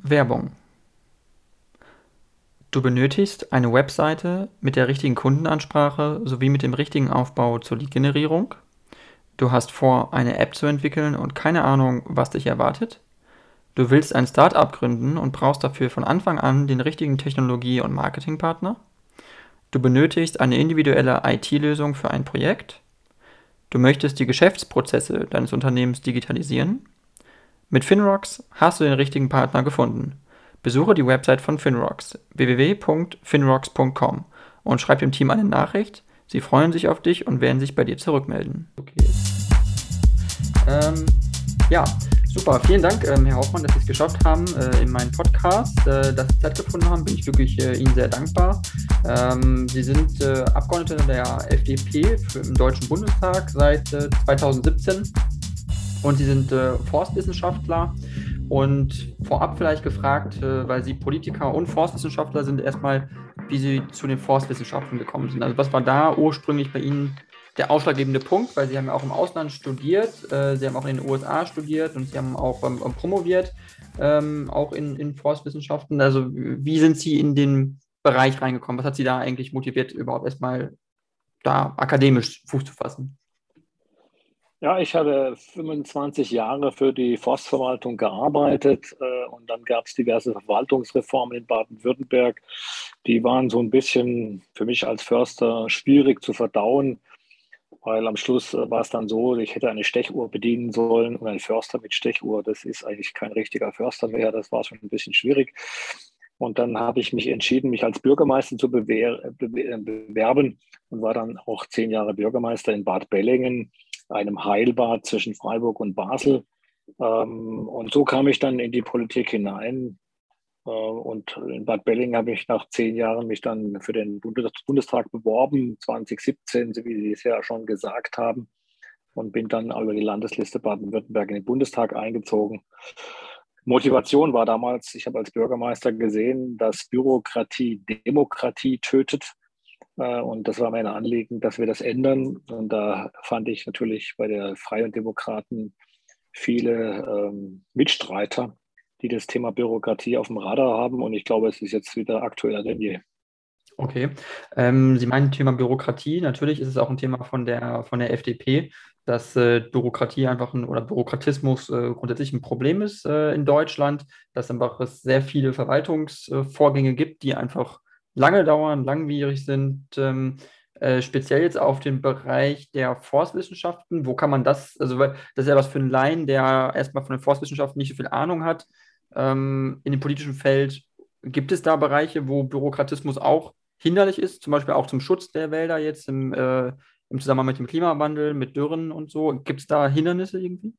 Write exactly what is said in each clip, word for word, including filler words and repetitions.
Werbung. Du benötigst eine Webseite mit der richtigen Kundenansprache sowie mit dem richtigen Aufbau zur Lead-Generierung. Du hast vor, eine App zu entwickeln und keine Ahnung, was dich erwartet. Du willst ein Startup gründen und brauchst dafür von Anfang an den richtigen Technologie- und Marketingpartner. Du benötigst eine individuelle I T-Lösung für ein Projekt. Du möchtest die Geschäftsprozesse deines Unternehmens digitalisieren. Mit Finrocks hast du den richtigen Partner gefunden. Besuche die Website von Finrocks w w w punkt finrocks punkt com und schreib dem Team eine Nachricht. Sie freuen sich auf dich und werden sich bei dir zurückmelden. Okay. Ähm, ja, super. Vielen Dank, ähm, Herr Hoffmann, dass Sie es geschafft haben äh, in meinem Podcast, äh, dass Sie Zeit gefunden haben. Bin ich wirklich äh, Ihnen sehr dankbar. Ähm, Sie sind äh, Abgeordnete der F D P für, im Deutschen Bundestag seit äh, zweitausendsiebzehn und Sie sind äh, Forstwissenschaftler. Und vorab vielleicht gefragt, äh, weil Sie Politiker und Forstwissenschaftler sind, erstmal, wie Sie zu den Forstwissenschaften gekommen sind. Also was war da ursprünglich bei Ihnen der ausschlaggebende Punkt? Weil Sie haben ja auch im Ausland studiert, äh, Sie haben auch in den U S A studiert und Sie haben auch ähm, promoviert, ähm, auch in, in Forstwissenschaften. Also wie sind Sie in den Bereich reingekommen? Was hat Sie da eigentlich motiviert, überhaupt erstmal da akademisch Fuß zu fassen? Ja, ich habe fünfundzwanzig Jahre für die Forstverwaltung gearbeitet äh, und dann gab es diverse Verwaltungsreformen in Baden-Württemberg. Die waren so ein bisschen für mich als Förster schwierig zu verdauen, weil am Schluss äh, war es dann so, ich hätte eine Stechuhr bedienen sollen und ein Förster mit Stechuhr, das ist eigentlich kein richtiger Förster mehr. Das war schon ein bisschen schwierig. Und dann habe ich mich entschieden, mich als Bürgermeister zu bewehr, bewe- bewerben und war dann auch zehn Jahre Bürgermeister in Bad Bellingen, einem Heilbad zwischen Freiburg und Basel. Ähm, und so kam ich dann in die Politik hinein. Äh, und in Bad Belling habe ich nach zehn Jahren mich dann für den Bundes Bundestag beworben, zwanzig siebzehn, so wie Sie es ja schon gesagt haben, und bin dann über die Landesliste Baden-Württemberg in den Bundestag eingezogen. Motivation war damals, ich habe als Bürgermeister gesehen, dass Bürokratie Demokratie tötet. Äh, Und das war mein Anliegen, dass wir das ändern. Und da fand ich natürlich bei der Freien Demokraten viele ähm, Mitstreiter, die das Thema Bürokratie auf dem Radar haben. Und ich glaube, es ist jetzt wieder aktueller denn je. Okay. Ähm, Sie meinen Thema Bürokratie. Natürlich ist es auch ein Thema von der, von der F D P, dass äh, Bürokratie einfach ein oder Bürokratismus äh, grundsätzlich ein Problem ist äh, in Deutschland, dass einfach es sehr viele Verwaltungsvorgänge gibt, die einfach lange dauern, langwierig sind. Ähm, äh, speziell jetzt auf den Bereich der Forstwissenschaften. Wo kann man das, also weil das ist ja was für einen Laien, der erstmal von den Forstwissenschaften nicht so viel Ahnung hat. Ähm, in dem politischen Feld gibt es da Bereiche, wo Bürokratismus auch hinderlich ist, zum Beispiel auch zum Schutz der Wälder jetzt im, äh, im Zusammenhang mit dem Klimawandel, mit Dürren und so? Gibt es da Hindernisse irgendwie?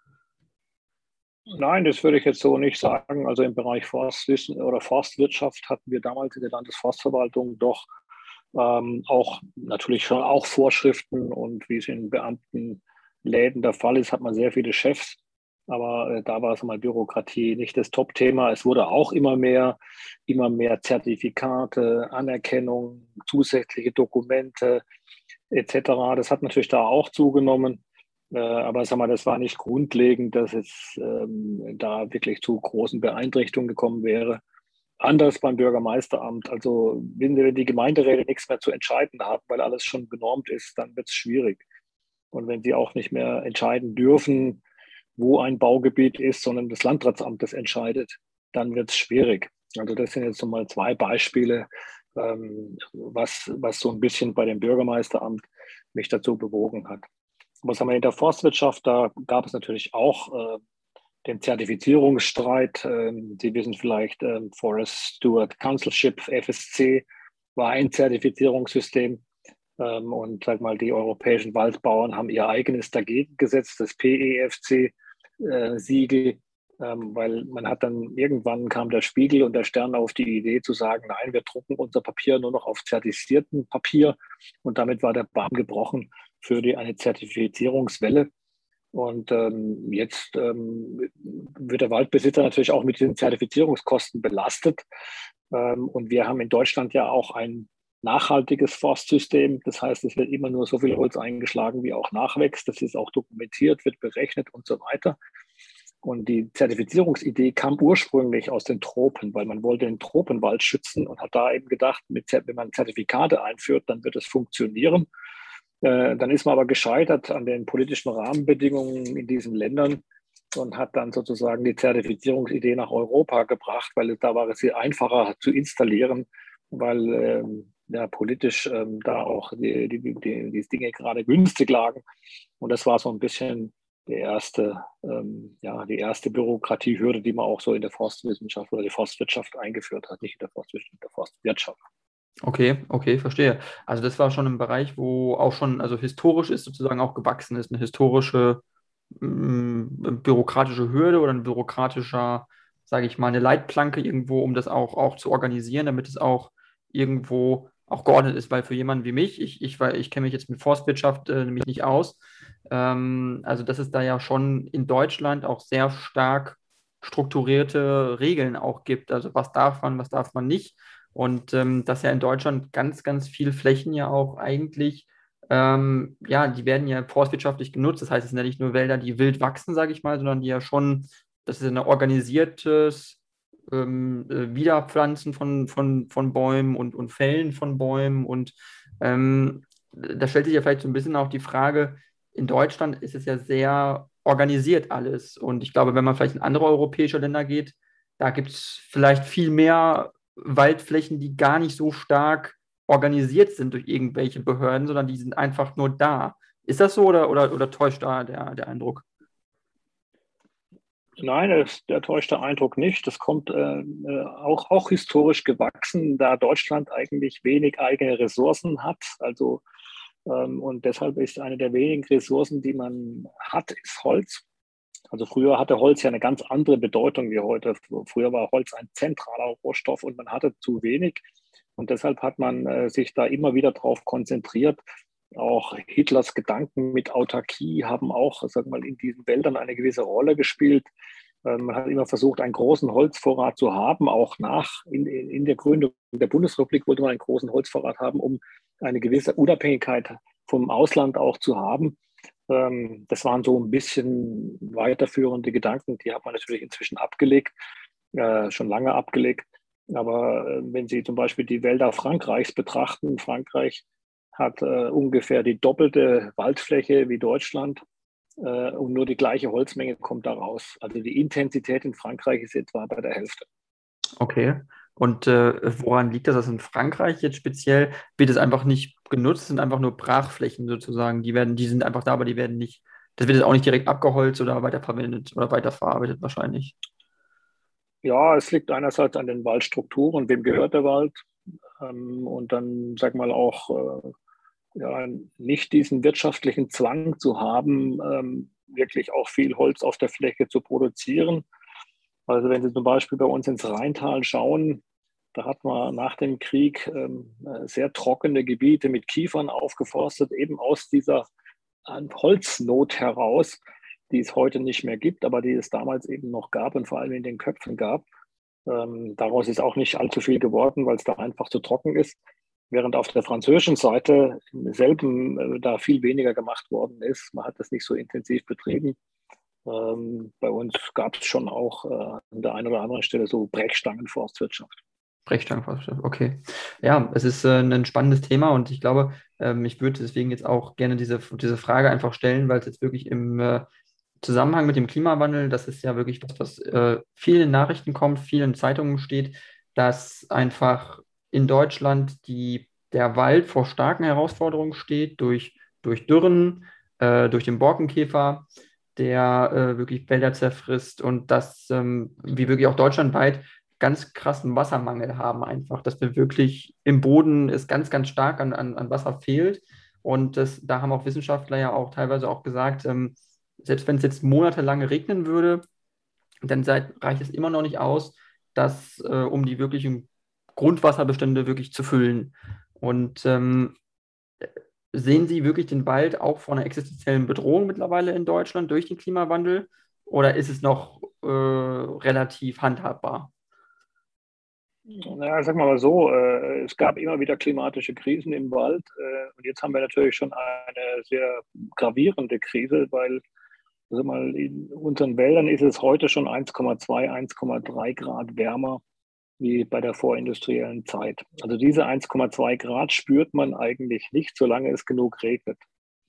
Nein, das würde ich jetzt so nicht sagen. Also im Bereich Forstwissen oder Forstwirtschaft hatten wir damals in der Landesforstverwaltung doch ähm, auch natürlich schon auch Vorschriften, und wie es in Beamtenläden der Fall ist, hat man sehr viele Chefs. Aber äh, da war es mal Bürokratie nicht das Top-Thema. Es wurde auch immer mehr, immer mehr Zertifikate, Anerkennung, zusätzliche Dokumente et cetera. Das hat natürlich da auch zugenommen. Äh, aber sag mal, das war nicht grundlegend, dass es ähm, da wirklich zu großen Beeinträchtigungen gekommen wäre. Anders beim Bürgermeisteramt. Also wenn, wenn die Gemeinderäte nichts mehr zu entscheiden haben, weil alles schon genormt ist, dann wird es schwierig. Und wenn sie auch nicht mehr entscheiden dürfen, wo ein Baugebiet ist, sondern das Landratsamt das entscheidet, dann wird es schwierig. Also das sind jetzt so mal zwei Beispiele, ähm, was, was so ein bisschen bei dem Bürgermeisteramt mich dazu bewogen hat. Was haben wir in der Forstwirtschaft? Da gab es natürlich auch äh, den Zertifizierungsstreit. Ähm, Sie wissen vielleicht, ähm, Forest Steward Councilship, F S C, war ein Zertifizierungssystem. Ähm, und sag mal, die europäischen Waldbauern haben ihr eigenes dagegen gesetzt, das P E F C-Siegel, ähm, weil man hat dann irgendwann kam der Spiegel und der Stern auf die Idee zu sagen, nein, wir drucken unser Papier nur noch auf zertifiziertem Papier. Und damit war der Bahn gebrochen für die, eine Zertifizierungswelle. Und ähm, jetzt ähm, wird der Waldbesitzer natürlich auch mit diesen Zertifizierungskosten belastet. Ähm, und wir haben in Deutschland ja auch ein nachhaltiges Forstsystem. Das heißt, es wird immer nur so viel Holz eingeschlagen, wie auch nachwächst. Das ist auch dokumentiert, wird berechnet und so weiter. Und die Zertifizierungsidee kam ursprünglich aus den Tropen, weil man wollte den Tropenwald schützen und hat da eben gedacht, mit, wenn man Zertifikate einführt, dann wird es funktionieren. Äh, dann ist man aber gescheitert an den politischen Rahmenbedingungen in diesen Ländern und hat dann sozusagen die Zertifizierungsidee nach Europa gebracht, weil da war es viel einfacher zu installieren, weil ähm, ja, politisch ähm, da auch die, die, die, die Dinge gerade günstig lagen. Und das war so ein bisschen die erste, ähm, ja, die erste Bürokratiehürde, die man auch so in der Forstwissenschaft oder die Forstwirtschaft eingeführt hat, nicht in der Forstwirtschaft, in der Forstwirtschaft. Okay, okay, verstehe. Also das war schon ein Bereich, wo auch schon, also historisch ist sozusagen auch gewachsen ist, eine historische mm, bürokratische Hürde oder ein bürokratischer, sage ich mal, eine Leitplanke irgendwo, um das auch, auch zu organisieren, damit es auch irgendwo auch geordnet ist, weil für jemanden wie mich, ich, ich, weil ich kenne mich jetzt mit Forstwirtschaft äh, nämlich nicht aus, ähm, also dass es da ja schon in Deutschland auch sehr stark strukturierte Regeln auch gibt. Also was darf man, was darf man nicht. Und ähm, dass ja in Deutschland ganz, ganz viele Flächen ja auch eigentlich, ähm, ja, die werden ja forstwirtschaftlich genutzt. Das heißt, es sind ja nicht nur Wälder, die wild wachsen, sage ich mal, sondern die ja schon, das ist ein organisiertes ähm, äh, Wiederpflanzen von, von, von Bäumen und, und Fällen von Bäumen. Und ähm, da stellt sich ja vielleicht so ein bisschen auch die Frage, in Deutschland ist es ja sehr organisiert alles. Und ich glaube, wenn man vielleicht in andere europäische Länder geht, da gibt es vielleicht viel mehr Waldflächen, die gar nicht so stark organisiert sind durch irgendwelche Behörden, sondern die sind einfach nur da. Ist das so oder, oder, oder täuscht da der, der Eindruck? Nein, das, der täuscht der Eindruck nicht. Das kommt äh, äh, auch, auch historisch gewachsen, da Deutschland eigentlich wenig eigene Ressourcen hat. Also ähm, und deshalb ist eine der wenigen Ressourcen, die man hat, ist Holz. Also früher hatte Holz ja eine ganz andere Bedeutung wie heute. Früher war Holz ein zentraler Rohstoff und man hatte zu wenig. Und deshalb hat man äh, sich da immer wieder darauf konzentriert. Auch Hitlers Gedanken mit Autarkie haben auch, sag mal, in diesen Wäldern eine gewisse Rolle gespielt. Ähm, man hat immer versucht, einen großen Holzvorrat zu haben. Auch nach in, in der Gründung der Bundesrepublik wollte man einen großen Holzvorrat haben, um eine gewisse Unabhängigkeit vom Ausland auch zu haben. Ähm, das waren so ein bisschen weiterführende Gedanken, die hat man natürlich inzwischen abgelegt, äh, schon lange abgelegt. Aber äh, wenn Sie zum Beispiel die Wälder Frankreichs betrachten, Frankreich hat äh, ungefähr die doppelte Waldfläche wie Deutschland äh, und nur die gleiche Holzmenge kommt da raus. Also die Intensität in Frankreich ist etwa bei der Hälfte. Okay. Und äh, woran liegt das? Also in Frankreich jetzt speziell wird es einfach nicht genutzt, es sind einfach nur Brachflächen sozusagen. Die werden, die sind einfach da, aber die werden nicht, das wird jetzt auch nicht direkt abgeholzt oder weiterverwendet oder weiterverarbeitet wahrscheinlich. Ja, es liegt einerseits an den Waldstrukturen, wem gehört der Wald, ähm, und dann, sag mal, auch äh, ja, nicht diesen wirtschaftlichen Zwang zu haben, ähm, wirklich auch viel Holz auf der Fläche zu produzieren. Also wenn Sie zum Beispiel bei uns ins Rheintal schauen, da hat man nach dem Krieg ähm, sehr trockene Gebiete mit Kiefern aufgeforstet, eben aus dieser Holznot heraus, die es heute nicht mehr gibt, aber die es damals eben noch gab und vor allem in den Köpfen gab. Ähm, daraus ist auch nicht allzu viel geworden, weil es da einfach zu trocken ist. Während auf der französischen Seite im selben äh, da viel weniger gemacht worden ist. Man hat das nicht so intensiv betrieben. Ähm, bei uns gab es schon auch äh, an der einen oder anderen Stelle so Brechstangenforstwirtschaft. Brechstangenforschung, okay. Ja, es ist äh, ein spannendes Thema und ich glaube, ähm, ich würde deswegen jetzt auch gerne diese, diese Frage einfach stellen, weil es jetzt wirklich im äh, Zusammenhang mit dem Klimawandel, das ist ja wirklich was, was äh, viel in Nachrichten kommt, viel in Zeitungen steht, dass einfach in Deutschland die, der Wald vor starken Herausforderungen steht durch, durch Dürren, äh, durch den Borkenkäfer, der äh, wirklich Wälder zerfrisst und dass ähm, wie wirklich auch deutschlandweit ganz krassen Wassermangel haben einfach, dass wir wirklich im Boden es ganz, ganz stark an, an, an Wasser fehlt. Und das, da haben auch Wissenschaftler ja auch teilweise auch gesagt, ähm, selbst wenn es jetzt monatelang regnen würde, dann seid, reicht es immer noch nicht aus, dass, äh, um die wirklichen Grundwasserbestände wirklich zu füllen. Und ähm, sehen Sie wirklich den Wald auch vor einer existenziellen Bedrohung mittlerweile in Deutschland durch den Klimawandel? Oder ist es noch äh, relativ handhabbar? Naja, sag mal so, äh, es gab immer wieder klimatische Krisen im Wald, äh, und jetzt haben wir natürlich schon eine sehr gravierende Krise, weil Also mal in unseren Wäldern ist es heute schon eins Komma zwei, eins Komma drei Grad wärmer wie bei der vorindustriellen Zeit. Also diese eins Komma zwei Grad spürt man eigentlich nicht, solange es genug regnet.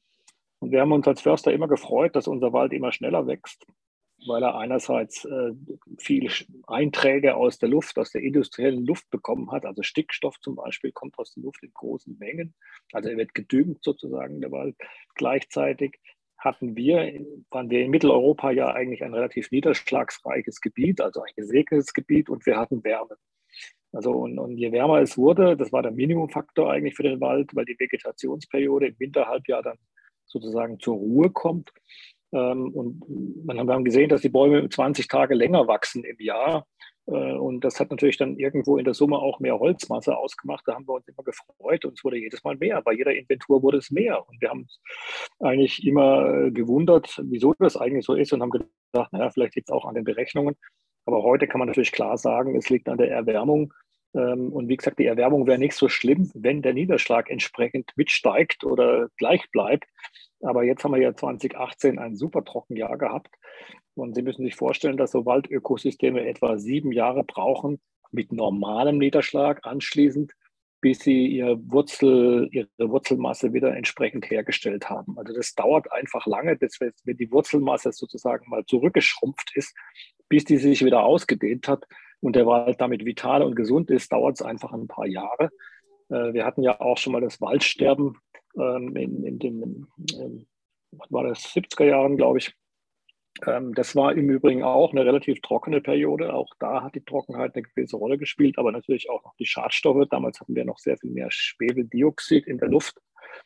Und wir haben uns als Förster immer gefreut, dass unser Wald immer schneller wächst, weil er einerseits äh, viel Einträge aus der Luft, aus der industriellen Luft bekommen hat. Also Stickstoff zum Beispiel kommt aus der Luft in großen Mengen. Also er wird gedüngt sozusagen, der Wald. Gleichzeitig hatten wir, waren wir in Mitteleuropa ja eigentlich ein relativ niederschlagsreiches Gebiet, also ein gesegnetes Gebiet, und wir hatten Wärme. Also und, und je wärmer es wurde, das war der Minimumfaktor eigentlich für den Wald, weil die Vegetationsperiode im Winterhalbjahr dann sozusagen zur Ruhe kommt. Ähm, und man haben gesehen, dass die Bäume zwanzig Tage länger wachsen im Jahr. Äh, und das hat natürlich dann irgendwo in der Summe auch mehr Holzmasse ausgemacht. Da haben wir uns immer gefreut und es wurde jedes Mal mehr. Bei jeder Inventur wurde es mehr. Und wir haben uns eigentlich immer gewundert, wieso das eigentlich so ist, und haben gedacht, naja, vielleicht liegt es auch an den Berechnungen. Aber heute kann man natürlich klar sagen, es liegt an der Erwärmung. Ähm, und wie gesagt, die Erwärmung wäre nicht so schlimm, wenn der Niederschlag entsprechend mitsteigt oder gleich bleibt. Aber jetzt haben wir ja zwanzig achtzehn ein super Trockenjahr gehabt. Und Sie müssen sich vorstellen, dass so Waldökosysteme etwa sieben Jahre brauchen mit normalem Niederschlag anschließend, bis sie ihr Wurzel, ihre Wurzelmasse wieder entsprechend hergestellt haben. Also das dauert einfach lange, bis, wenn die Wurzelmasse sozusagen mal zurückgeschrumpft ist, bis die sich wieder ausgedehnt hat und der Wald damit vital und gesund ist, dauert es einfach ein paar Jahre. Wir hatten ja auch schon mal das Waldsterben ähm, in, in den, ähm, was war das, siebziger Jahren, glaube ich. Ähm, das war im Übrigen auch eine relativ trockene Periode. Auch da hat die Trockenheit eine gewisse Rolle gespielt, aber natürlich auch noch die Schadstoffe. Damals hatten wir noch sehr viel mehr Schwefeldioxid in der Luft,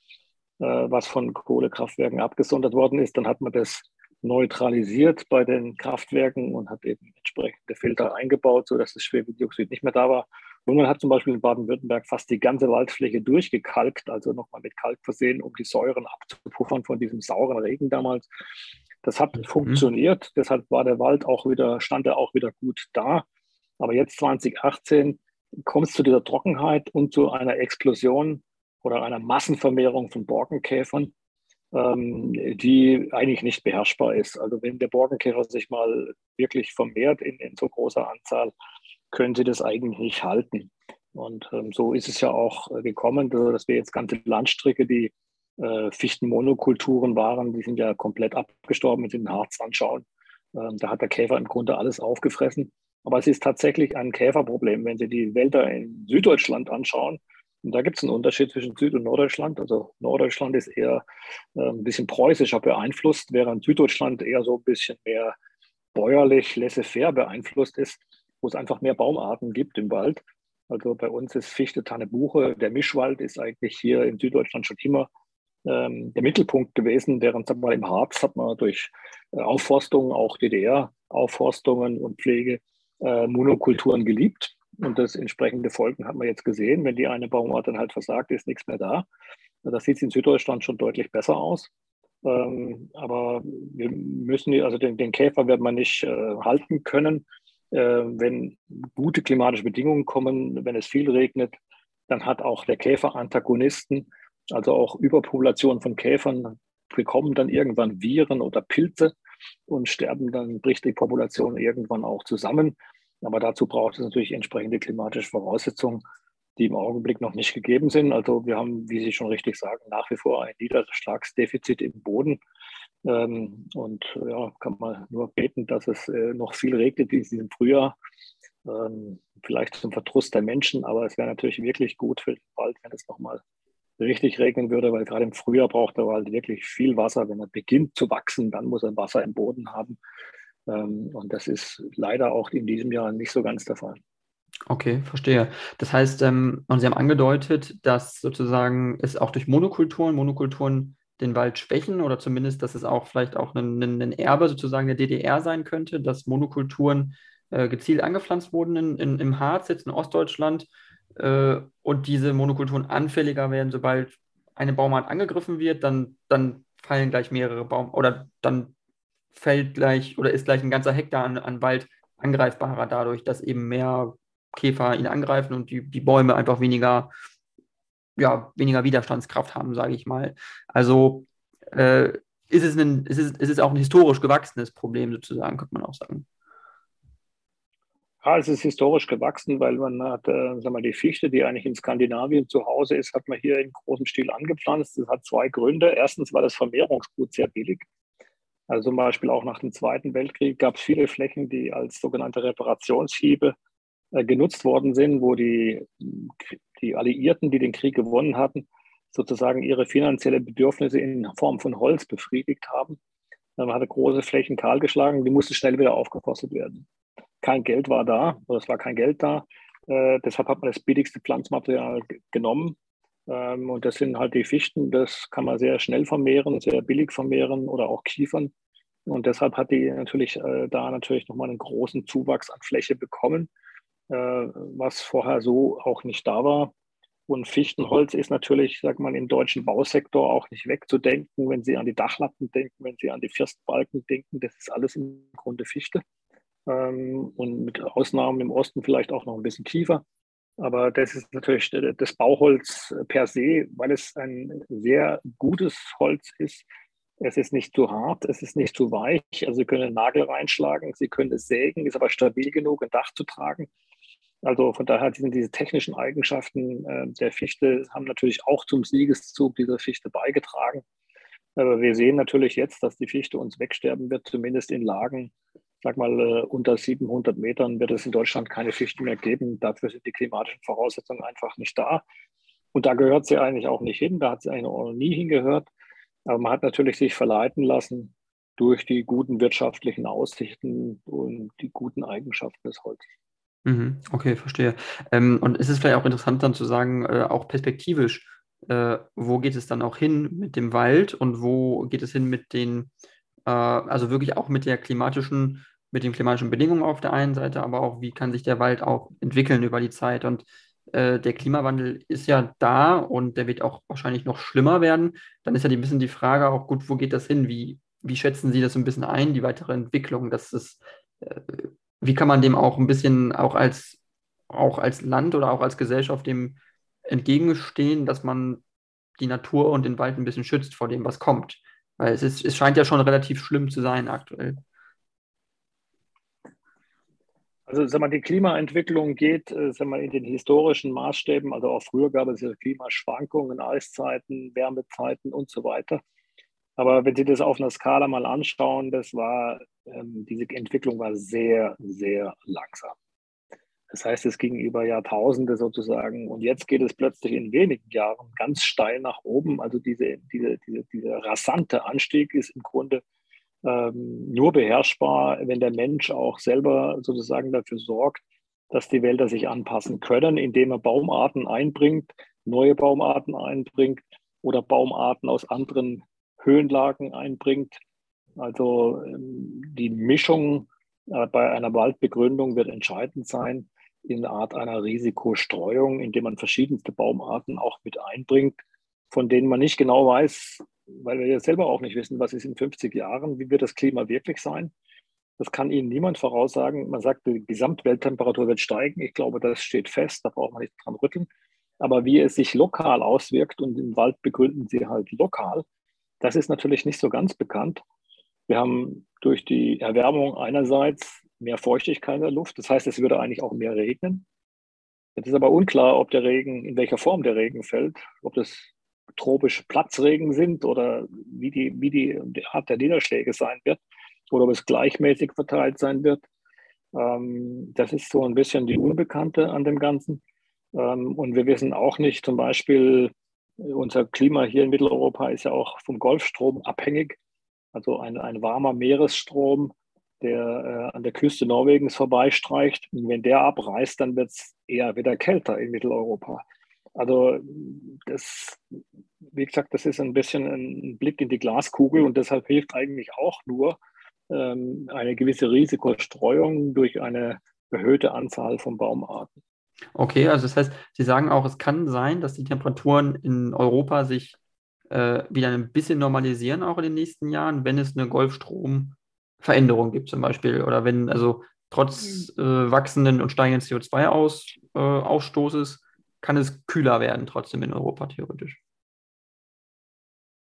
äh, was von Kohlekraftwerken abgesondert worden ist. Dann hat man das neutralisiert bei den Kraftwerken und hat eben entsprechende Filter eingebaut, sodass das Schwefeldioxid nicht mehr da war. Und man hat zum Beispiel in Baden-Württemberg fast die ganze Waldfläche durchgekalkt, also nochmal mit Kalk versehen, um die Säuren abzupuffern von diesem sauren Regen damals. Das hat Mhm. funktioniert, deshalb war der Wald auch wieder, stand er auch wieder gut da. Aber jetzt zwanzig achtzehn kommt es zu dieser Trockenheit und zu einer Explosion oder einer Massenvermehrung von Borkenkäfern, ähm, die eigentlich nicht beherrschbar ist. Also wenn der Borkenkäfer sich mal wirklich vermehrt in, in so großer Anzahl, können sie das eigentlich nicht halten. Und ähm, so ist es ja auch äh, gekommen, dass wir jetzt ganze Landstricke, die äh, Fichtenmonokulturen waren, die sind ja komplett abgestorben, wenn Sie den Harz anschauen. Ähm, da hat der Käfer im Grunde alles aufgefressen. Aber es ist tatsächlich ein Käferproblem, wenn Sie die Wälder in Süddeutschland anschauen. Und da gibt es einen Unterschied zwischen Süd- und Norddeutschland. Also Norddeutschland ist eher äh, ein bisschen preußischer beeinflusst, während Süddeutschland eher so ein bisschen mehr bäuerlich, laissez-faire beeinflusst ist, wo es einfach mehr Baumarten gibt im Wald. Also bei uns ist Fichte, Tanne, Buche. Der Mischwald ist eigentlich hier in Süddeutschland schon immer ähm, der Mittelpunkt gewesen, während sagen wir mal, im Harz hat man durch äh, Aufforstung, auch D D R-Aufforstungen und Pflege, äh, Monokulturen geliebt. Und das entsprechende Folgen hat man jetzt gesehen. Wenn die eine Baumart dann halt versagt, ist nichts mehr da. Das sieht in Süddeutschland schon deutlich besser aus. Ähm, aber wir müssen, also den, den Käfer wird man nicht äh, halten können. Äh, wenn gute klimatische Bedingungen kommen, wenn es viel regnet, dann hat auch der Käfer Antagonisten, also auch Überpopulation von Käfern, bekommen dann irgendwann Viren oder Pilze und sterben, dann bricht die Population irgendwann auch zusammen. Aber dazu braucht es natürlich entsprechende klimatische Voraussetzungen, die im Augenblick noch nicht gegeben sind. Also wir haben, wie Sie schon richtig sagen, nach wie vor ein Niederschlagsdefizit im Boden. Ähm, und ja, kann man nur beten, dass es äh, noch viel regnet wie in diesem Frühjahr. Ähm, vielleicht zum Verdruss der Menschen, aber es wäre natürlich wirklich gut für den Wald, wenn es nochmal richtig regnen würde, weil gerade im Frühjahr braucht der Wald wirklich viel Wasser. Wenn er beginnt zu wachsen, dann muss er Wasser im Boden haben. Ähm, und das ist leider auch in diesem Jahr nicht so ganz der Fall. Okay, verstehe. Das heißt, ähm, und Sie haben angedeutet, dass sozusagen es auch durch Monokulturen, Monokulturen den Wald schwächen oder zumindest, dass es auch vielleicht auch ein, ein, ein Erbe sozusagen der D D R sein könnte, dass Monokulturen äh, gezielt angepflanzt wurden in, in, im Harz, jetzt in Ostdeutschland, äh, und diese Monokulturen anfälliger werden, sobald eine Baumart angegriffen wird, dann, dann fallen gleich mehrere Baum oder dann fällt gleich oder ist gleich ein ganzer Hektar an, an Wald angreifbarer dadurch, dass eben mehr Käfer ihn angreifen und die, die Bäume einfach weniger, ja, weniger Widerstandskraft haben, sage ich mal. Also äh, ist es, ein, ist es, ist es auch ein historisch gewachsenes Problem sozusagen, könnte man auch sagen. Ja, es ist historisch gewachsen, weil man hat, äh, sag mal, die Fichte, die eigentlich in Skandinavien zu Hause ist, hat man hier in großem Stil angepflanzt. Das hat zwei Gründe. Erstens war das Vermehrungsgut sehr billig. Also zum Beispiel auch nach dem Zweiten Weltkrieg gab es viele Flächen, die als sogenannte Reparationshiebe äh, genutzt worden sind, wo die, die Alliierten, die den Krieg gewonnen hatten, sozusagen ihre finanziellen Bedürfnisse in Form von Holz befriedigt haben. Man hatte große Flächen kahlgeschlagen, die mussten schnell wieder aufgeforstet werden. Kein Geld war da, oder es war kein Geld da. Äh, deshalb hat man das billigste Pflanzmaterial genommen. Ähm, und das sind halt die Fichten, das kann man sehr schnell vermehren, sehr billig vermehren oder auch Kiefern. Und deshalb hat die natürlich äh, da natürlich nochmal einen großen Zuwachs an Fläche bekommen, äh, was vorher so auch nicht da war. Und Fichtenholz ist natürlich, sagt man, im deutschen Bausektor auch nicht wegzudenken, wenn Sie an die Dachlatten denken, wenn Sie an die Firstbalken denken. Das ist alles im Grunde Fichte. Ähm, und mit Ausnahmen im Osten vielleicht auch noch ein bisschen Kiefer. Aber das ist natürlich das Bauholz per se, weil es ein sehr gutes Holz ist. Es ist nicht zu hart, es ist nicht zu weich. Also Sie können einen Nagel reinschlagen, Sie können es sägen, ist aber stabil genug, ein Dach zu tragen. Also von daher sind diese technischen Eigenschaften äh, der Fichte haben natürlich auch zum Siegeszug dieser Fichte beigetragen. Aber wir sehen natürlich jetzt, dass die Fichte uns wegsterben wird, zumindest in Lagen, sag mal, äh, unter siebenhundert Metern wird es in Deutschland keine Fichten mehr geben. Dafür sind die klimatischen Voraussetzungen einfach nicht da. Und da gehört sie eigentlich auch nicht hin. Da hat sie eigentlich noch nie hingehört. Aber man hat natürlich sich verleiten lassen durch die guten wirtschaftlichen Aussichten und die guten Eigenschaften des Holzes. Mhm, okay, verstehe. Ähm, und ist es vielleicht auch interessant dann zu sagen, äh, auch perspektivisch, äh, wo geht es dann auch hin mit dem Wald und wo geht es hin mit den, äh, also wirklich auch mit der klimatischen, mit den klimatischen Bedingungen auf der einen Seite, aber auch, wie kann sich der Wald auch entwickeln über die Zeit. Und äh, der Klimawandel ist ja da und der wird auch wahrscheinlich noch schlimmer werden. Dann ist ja ein bisschen die Frage auch, gut, wo geht das hin? Wie, wie schätzen Sie das so ein bisschen ein, die weitere Entwicklung, dass es äh, wie kann man dem auch ein bisschen auch als, auch als Land oder auch als Gesellschaft dem entgegenstehen, dass man die Natur und den Wald ein bisschen schützt vor dem, was kommt? Weil es ist, es scheint ja schon relativ schlimm zu sein aktuell. Also sag mal, die Klimaentwicklung geht äh, sag mal, in den historischen Maßstäben. Also auch früher gab es ja Klimaschwankungen, Eiszeiten, Wärmezeiten und so weiter. Aber wenn Sie das auf einer Skala mal anschauen, das war, ähm, diese Entwicklung war sehr, sehr langsam. Das heißt, es ging über Jahrtausende sozusagen und jetzt geht es plötzlich in wenigen Jahren ganz steil nach oben. Also diese, diese, diese, dieser rasante Anstieg ist im Grunde ähm, nur beherrschbar, wenn der Mensch auch selber sozusagen dafür sorgt, dass die Wälder sich anpassen können, indem er Baumarten einbringt, neue Baumarten einbringt oder Baumarten aus anderen Höhenlagen einbringt. Also ähm, die Mischung äh, bei einer Waldbegründung wird entscheidend sein in einer Art einer Risikostreuung, indem man verschiedenste Baumarten auch mit einbringt, von denen man nicht genau weiß, weil wir ja selber auch nicht wissen, was ist in fünfzig Jahren, wie wird das Klima wirklich sein. Das kann Ihnen niemand voraussagen. Man sagt, die Gesamtwelttemperatur wird steigen. Ich glaube, das steht fest, da braucht man nicht dran rütteln. Aber wie es sich lokal auswirkt und im Wald begründen sie halt lokal, das ist natürlich nicht so ganz bekannt. Wir haben durch die Erwärmung einerseits mehr Feuchtigkeit in der Luft. Das heißt, es würde eigentlich auch mehr regnen. Jetzt ist aber unklar, ob der Regen, in welcher Form der Regen fällt, ob das tropische Platzregen sind oder wie die, wie die, die Art der Niederschläge sein wird oder ob es gleichmäßig verteilt sein wird. Ähm, das ist so ein bisschen die Unbekannte an dem Ganzen. Ähm, und wir wissen auch nicht, zum Beispiel, unser Klima hier in Mitteleuropa ist ja auch vom Golfstrom abhängig. Also ein, ein warmer Meeresstrom, der äh, an der Küste Norwegens vorbeistreicht. Und wenn der abreißt, dann wird es eher wieder kälter in Mitteleuropa. Also das, wie gesagt, das ist ein bisschen ein Blick in die Glaskugel und deshalb hilft eigentlich auch nur ähm, eine gewisse Risikostreuung durch eine erhöhte Anzahl von Baumarten. Okay, also das heißt, Sie sagen auch, es kann sein, dass die Temperaturen in Europa sich äh, wieder ein bisschen normalisieren, auch in den nächsten Jahren, wenn es eine Golfstromveränderung gibt zum Beispiel. Oder wenn, also trotz äh, wachsenden und steigenden C O zwei Aus, äh, Ausstoßes kann es kühler werden trotzdem in Europa theoretisch.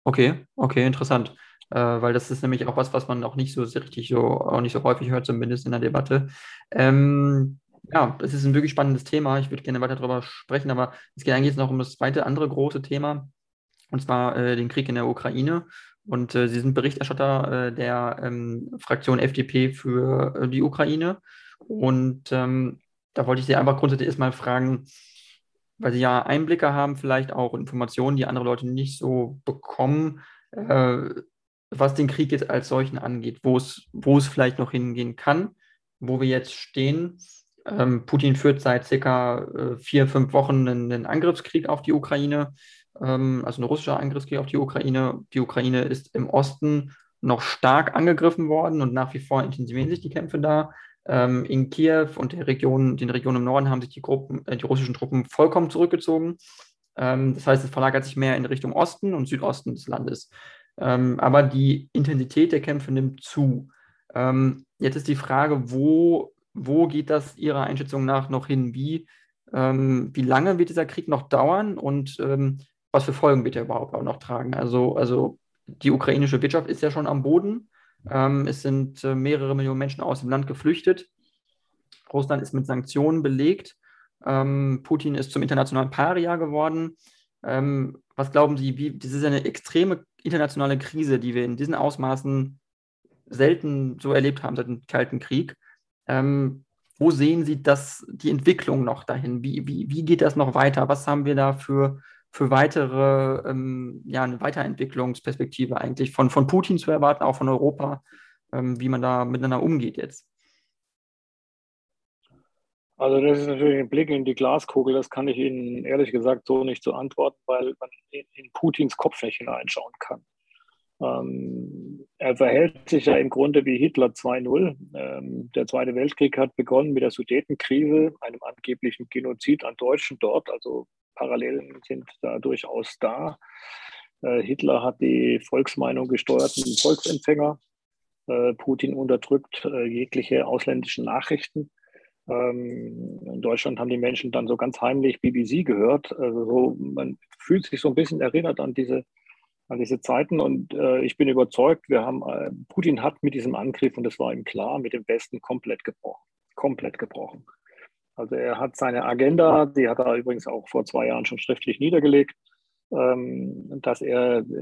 Okay, okay, interessant. Äh, weil das ist nämlich auch was, was man auch nicht so sehr richtig so, auch nicht so häufig hört, zumindest in der Debatte. Ähm, ja, das ist ein wirklich spannendes Thema. Ich würde gerne weiter darüber sprechen, aber es geht eigentlich jetzt noch um das zweite andere große Thema, und zwar äh, den Krieg in der Ukraine. Und äh, Sie sind Berichterstatter äh, der ähm, Fraktion F D P für äh, die Ukraine. Und ähm, da wollte ich Sie einfach grundsätzlich erstmal fragen, weil Sie ja Einblicke haben, vielleicht auch Informationen, die andere Leute nicht so bekommen, äh, was den Krieg jetzt als solchen angeht, wo es, wo es vielleicht noch hingehen kann, wo wir jetzt stehen. Ähm, Putin führt seit circa äh, vier, fünf Wochen einen, einen Angriffskrieg auf die Ukraine, ähm, also ein russischer Angriffskrieg auf die Ukraine. Die Ukraine ist im Osten noch stark angegriffen worden und nach wie vor intensivieren sich die Kämpfe da. Ähm, in Kiew und der Region, den Regionen im Norden haben sich die Gruppen, äh, die russischen Truppen vollkommen zurückgezogen. Ähm, das heißt, es verlagert sich mehr in Richtung Osten und Südosten des Landes. Ähm, aber die Intensität der Kämpfe nimmt zu. Ähm, jetzt ist die Frage, wo, wo geht das Ihrer Einschätzung nach noch hin? Wie, ähm, wie lange wird dieser Krieg noch dauern und ähm, was für Folgen wird er überhaupt auch noch tragen? Also, also die ukrainische Wirtschaft ist ja schon am Boden. Ähm, es sind äh, mehrere Millionen Menschen aus dem Land geflüchtet. Russland ist mit Sanktionen belegt. Ähm, Putin ist zum internationalen Paria geworden. Ähm, was glauben Sie, wie, das ist eine extreme internationale Krise, die wir in diesen Ausmaßen selten so erlebt haben seit dem Kalten Krieg. Ähm, wo sehen Sie das, die Entwicklung noch dahin? Wie, wie, wie geht das noch weiter? Was haben wir da für, für weitere, ähm, ja, eine Weiterentwicklungsperspektive eigentlich von, von Putin zu erwarten, auch von Europa, ähm, wie man da miteinander umgeht jetzt? Also das ist natürlich ein Blick in die Glaskugel. Das kann ich Ihnen ehrlich gesagt so nicht so antworten, weil man in, in Putins Kopf nicht hineinschauen kann. Ähm, er verhält sich ja im Grunde wie Hitler zwei null. Ähm, der Zweite Weltkrieg hat begonnen mit der Sudetenkrise, einem angeblichen Genozid an Deutschen dort. Also Parallelen sind da durchaus da. Äh, Hitler hat die Volksmeinung gesteuerten Volksempfänger. Äh, Putin unterdrückt äh, jegliche ausländischen Nachrichten. Ähm, in Deutschland haben die Menschen dann so ganz heimlich B B C gehört. Also so, man fühlt sich so ein bisschen erinnert an diese an diese Zeiten. Und äh, ich bin überzeugt, wir haben, äh, Putin hat mit diesem Angriff, und das war ihm klar, mit dem Westen komplett gebrochen. Komplett gebrochen. Also er hat seine Agenda, die hat er übrigens auch vor zwei Jahren schon schriftlich niedergelegt, ähm, dass er äh,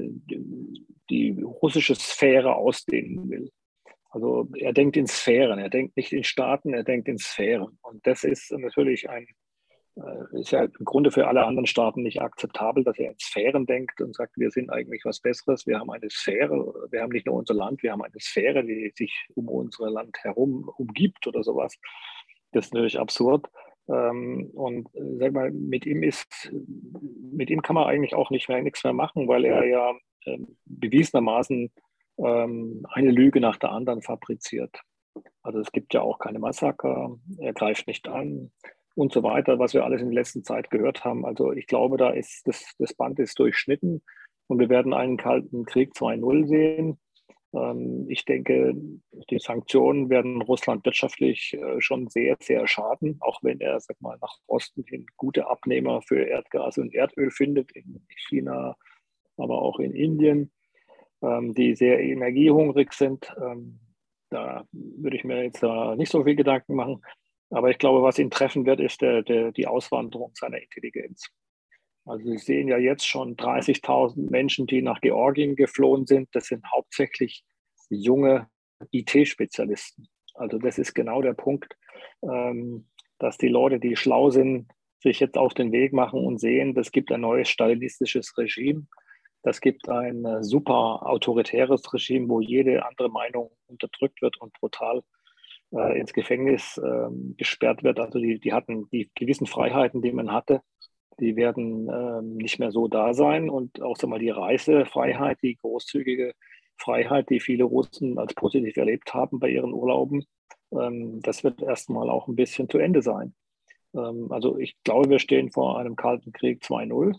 die russische Sphäre ausdehnen will. Also er denkt in Sphären, er denkt nicht in Staaten, er denkt in Sphären. Und das ist natürlich ein äh, ist ja im Grunde für alle anderen Staaten nicht akzeptabel, dass er in Sphären denkt und sagt, wir sind eigentlich was Besseres. Wir haben eine Sphäre, wir haben nicht nur unser Land, wir haben eine Sphäre, die sich um unser Land herum umgibt oder sowas. Das ist natürlich absurd. Ähm, und äh, sag mal, mit ihm ist, mit ihm kann man eigentlich auch nicht mehr nichts mehr machen, weil er ja ähm, bewiesenermaßen ähm, eine Lüge nach der anderen fabriziert. Also es gibt ja auch keine Massaker, er greift nicht an und so weiter, was wir alles in der letzten Zeit gehört haben. Also ich glaube, da ist das, das Band ist durchschnitten und wir werden einen kalten Krieg zwei null sehen. Ähm, ich denke, die Sanktionen werden Russland wirtschaftlich äh, schon sehr, sehr schaden, auch wenn er, sag mal, nach Osten hin gute Abnehmer für Erdgas und Erdöl findet, in China, aber auch in Indien, ähm, die sehr energiehungrig sind. Ähm, da würde ich mir jetzt äh, nicht so viel Gedanken machen. Aber ich glaube, was ihn treffen wird, ist der, der, die Auswanderung seiner Intelligenz. Also Sie sehen ja jetzt schon dreißigtausend Menschen, die nach Georgien geflohen sind. Das sind hauptsächlich junge I T-Spezialisten. Also das ist genau der Punkt, ähm, dass die Leute, die schlau sind, sich jetzt auf den Weg machen und sehen, es gibt ein neues stalinistisches Regime. Das gibt ein äh, super autoritäres Regime, wo jede andere Meinung unterdrückt wird und brutal äh, ins Gefängnis äh, gesperrt wird. Also die, die hatten die gewissen Freiheiten, die man hatte, die werden ähm, nicht mehr so da sein. Und auch sag mal, die Reisefreiheit, die großzügige Freiheit, die viele Russen als positiv erlebt haben bei ihren Urlauben, ähm, das wird erstmal auch ein bisschen zu Ende sein. Ähm, also ich glaube, wir stehen vor einem Kalten Krieg zwei null.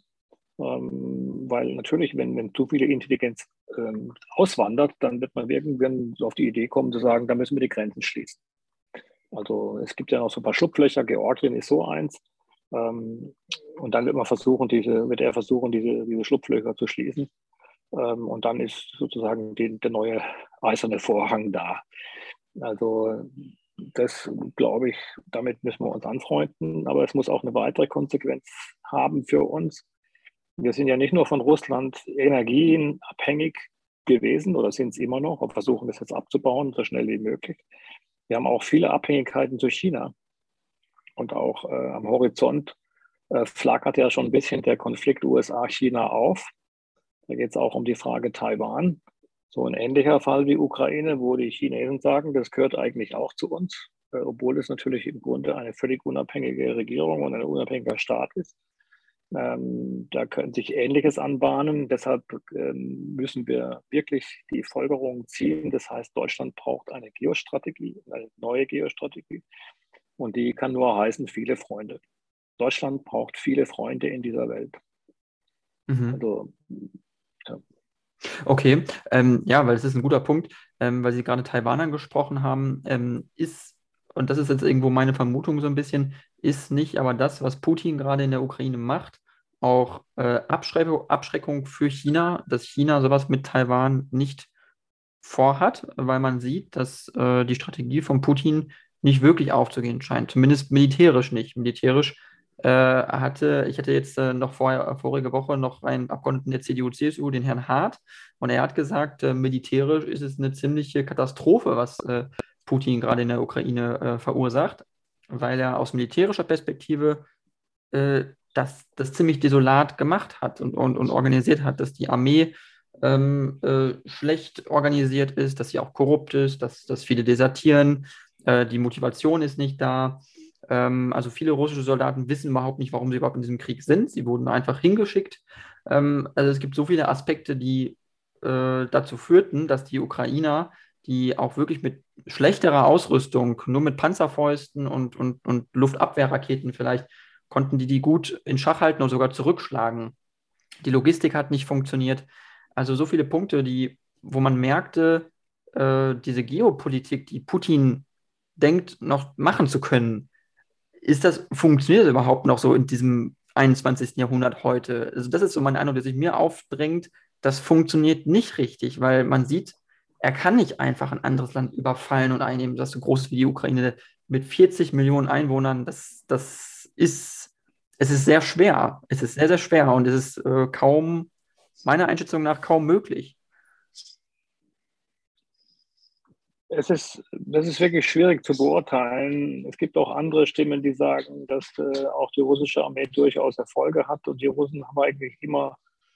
Ähm, weil natürlich, wenn, wenn zu viele Intelligenz ähm, auswandert, dann wird man irgendwann so auf die Idee kommen zu sagen, da müssen wir die Grenzen schließen. Also es gibt ja noch so ein paar Schlupflöcher, Georgien ist so eins. Ähm, und dann wird man versuchen, diese, wird er versuchen, diese, diese Schlupflöcher zu schließen. Ähm, und dann ist sozusagen die, der neue eiserne Vorhang da. Also das glaube ich, damit müssen wir uns anfreunden, aber es muss auch eine weitere Konsequenz haben für uns. Wir sind ja nicht nur von Russland energienabhängig gewesen oder sind es immer noch und versuchen das jetzt abzubauen, so schnell wie möglich. Wir haben auch viele Abhängigkeiten zu China und auch äh, am Horizont äh, flackert ja schon ein bisschen der Konflikt U S A-China auf. Da geht es auch um die Frage Taiwan. So ein ähnlicher Fall wie Ukraine, wo die Chinesen sagen, das gehört eigentlich auch zu uns, äh, obwohl es natürlich im Grunde eine völlig unabhängige Regierung und ein unabhängiger Staat ist. Ähm, da könnte sich Ähnliches anbahnen. Deshalb ähm, müssen wir wirklich die Folgerung ziehen. Das heißt, Deutschland braucht eine Geostrategie, eine neue Geostrategie. Und die kann nur heißen, viele Freunde. Deutschland braucht viele Freunde in dieser Welt. Mhm. Also, ja. Okay, ähm, ja, weil das ist ein guter Punkt, ähm, weil Sie gerade Taiwan angesprochen haben, ähm, ist, und das ist jetzt irgendwo meine Vermutung so ein bisschen, ist nicht aber das, was Putin gerade in der Ukraine macht, auch äh, Abschreckung, Abschreckung für China, dass China sowas mit Taiwan nicht vorhat, weil man sieht, dass äh, die Strategie von Putin nicht wirklich aufzugehen scheint, zumindest militärisch nicht. Militärisch äh, hatte, ich hatte jetzt äh, noch vorher, vorige Woche noch einen Abgeordneten der C D U, C S U, den Herrn Hart, und er hat gesagt, äh, militärisch ist es eine ziemliche Katastrophe, was äh, Putin gerade in der Ukraine äh, verursacht, weil er aus militärischer Perspektive äh, das, das ziemlich desolat gemacht hat und, und, und organisiert hat, dass die Armee ähm, äh, schlecht organisiert ist, dass sie auch korrupt ist, dass, dass viele desertieren, äh, die Motivation ist nicht da. Ähm, also viele russische Soldaten wissen überhaupt nicht, warum sie überhaupt in diesem Krieg sind. Sie wurden einfach hingeschickt. Ähm, also es gibt so viele Aspekte, die äh, dazu führten, dass die Ukrainer, die auch wirklich mit schlechterer Ausrüstung, nur mit Panzerfäusten und, und, und Luftabwehrraketen vielleicht, konnten die die gut in Schach halten und sogar zurückschlagen. Die Logistik hat nicht funktioniert. Also so viele Punkte, die, wo man merkte, äh, diese Geopolitik, die Putin denkt, noch machen zu können, ist das, funktioniert das überhaupt noch so in diesem einundzwanzigsten. Jahrhundert heute? Also das ist so mein Eindruck, der sich mir aufdrängt. Das funktioniert nicht richtig, weil man sieht, er kann nicht einfach ein anderes Land überfallen und einnehmen, das so groß ist wie die Ukraine mit vierzig Millionen Einwohnern. Das, das ist, es ist sehr schwer. Es ist sehr, sehr schwer und es ist äh, kaum, meiner Einschätzung nach, kaum möglich. Es ist, das ist wirklich schwierig zu beurteilen. Es gibt auch andere Stimmen, die sagen, dass äh, auch die russische Armee durchaus Erfolge hat und die Russen haben eigentlich immer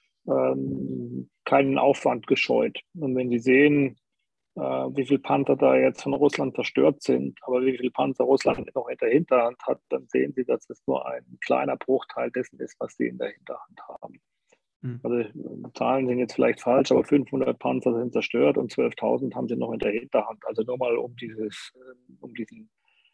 ähm, keinen Aufwand gescheut. Und wenn sie sehen, äh, wie viele Panzer da jetzt von Russland zerstört sind, aber wie viele Panzer Russland noch in der Hinterhand hat, dann sehen sie, dass es nur ein kleiner Bruchteil dessen ist, was sie in der Hinterhand haben. Hm. Also die Zahlen sind jetzt vielleicht falsch, aber fünfhundert Panzer sind zerstört und zwölftausend haben sie noch in der Hinterhand. Also nur mal um dieses, um diesen,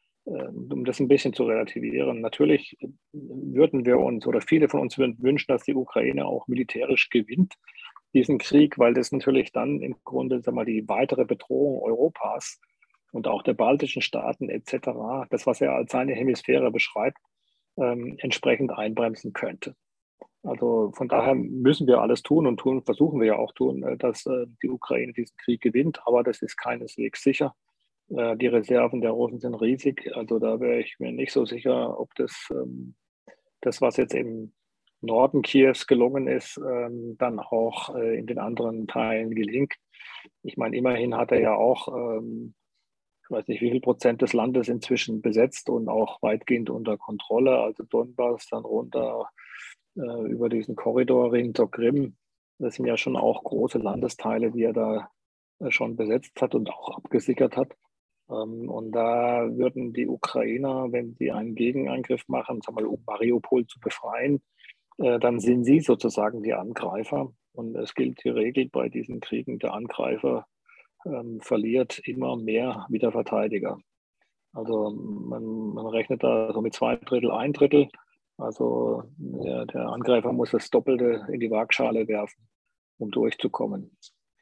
um das ein bisschen zu relativieren. Natürlich würden wir uns oder viele von uns würden wünschen, dass die Ukraine auch militärisch gewinnt, diesen Krieg, weil das natürlich dann im Grunde, sag mal, die weitere Bedrohung Europas und auch der baltischen Staaten et cetera, das, was er als seine Hemisphäre beschreibt, ähm, entsprechend einbremsen könnte. Also von daher müssen wir alles tun und tun, versuchen wir ja auch tun, äh, dass äh, die Ukraine diesen Krieg gewinnt, aber das ist keineswegs sicher. Äh, Die Reserven der Russen sind riesig, also da wäre ich mir nicht so sicher, ob das, ähm, das, was jetzt im Norden Kiews gelungen ist, ähm, dann auch äh, in den anderen Teilen gelingt. Ich meine, immerhin hat er ja auch, ähm, ich weiß nicht, wie viel Prozent des Landes inzwischen besetzt und auch weitgehend unter Kontrolle, also Donbass dann runter äh, über diesen Korridorring zur Krim. Das sind ja schon auch große Landesteile, die er da äh, schon besetzt hat und auch abgesichert hat. Ähm, und da würden die Ukrainer, wenn sie einen Gegenangriff machen, sagen wir mal, um Mariupol zu befreien, äh, dann sind sie sozusagen die Angreifer. Und es gilt die Regel bei diesen Kriegen, der Angreifer ähm, verliert immer mehr wie der Verteidiger. Also man, man rechnet da so mit zwei Drittel, ein Drittel. Also der, der Angreifer muss das Doppelte in die Waagschale werfen, um durchzukommen.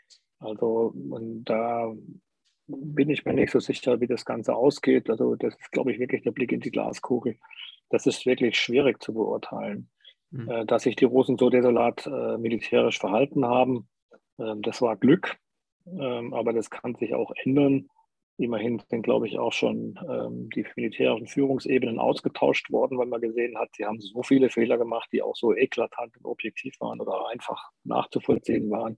Also und da bin ich mir nicht so sicher, wie das Ganze ausgeht. Also das ist, glaube ich, wirklich der Blick in die Glaskugel. Das ist wirklich schwierig zu beurteilen. Hm. Äh, dass sich die Russen so desolat äh, militärisch verhalten haben, Ähm, das war Glück, ähm, aber das kann sich auch ändern. Immerhin sind, glaube ich, auch schon ähm, die militärischen Führungsebenen ausgetauscht worden, weil man gesehen hat, sie haben so viele Fehler gemacht, die auch so eklatant und objektiv waren oder einfach nachzuvollziehen waren.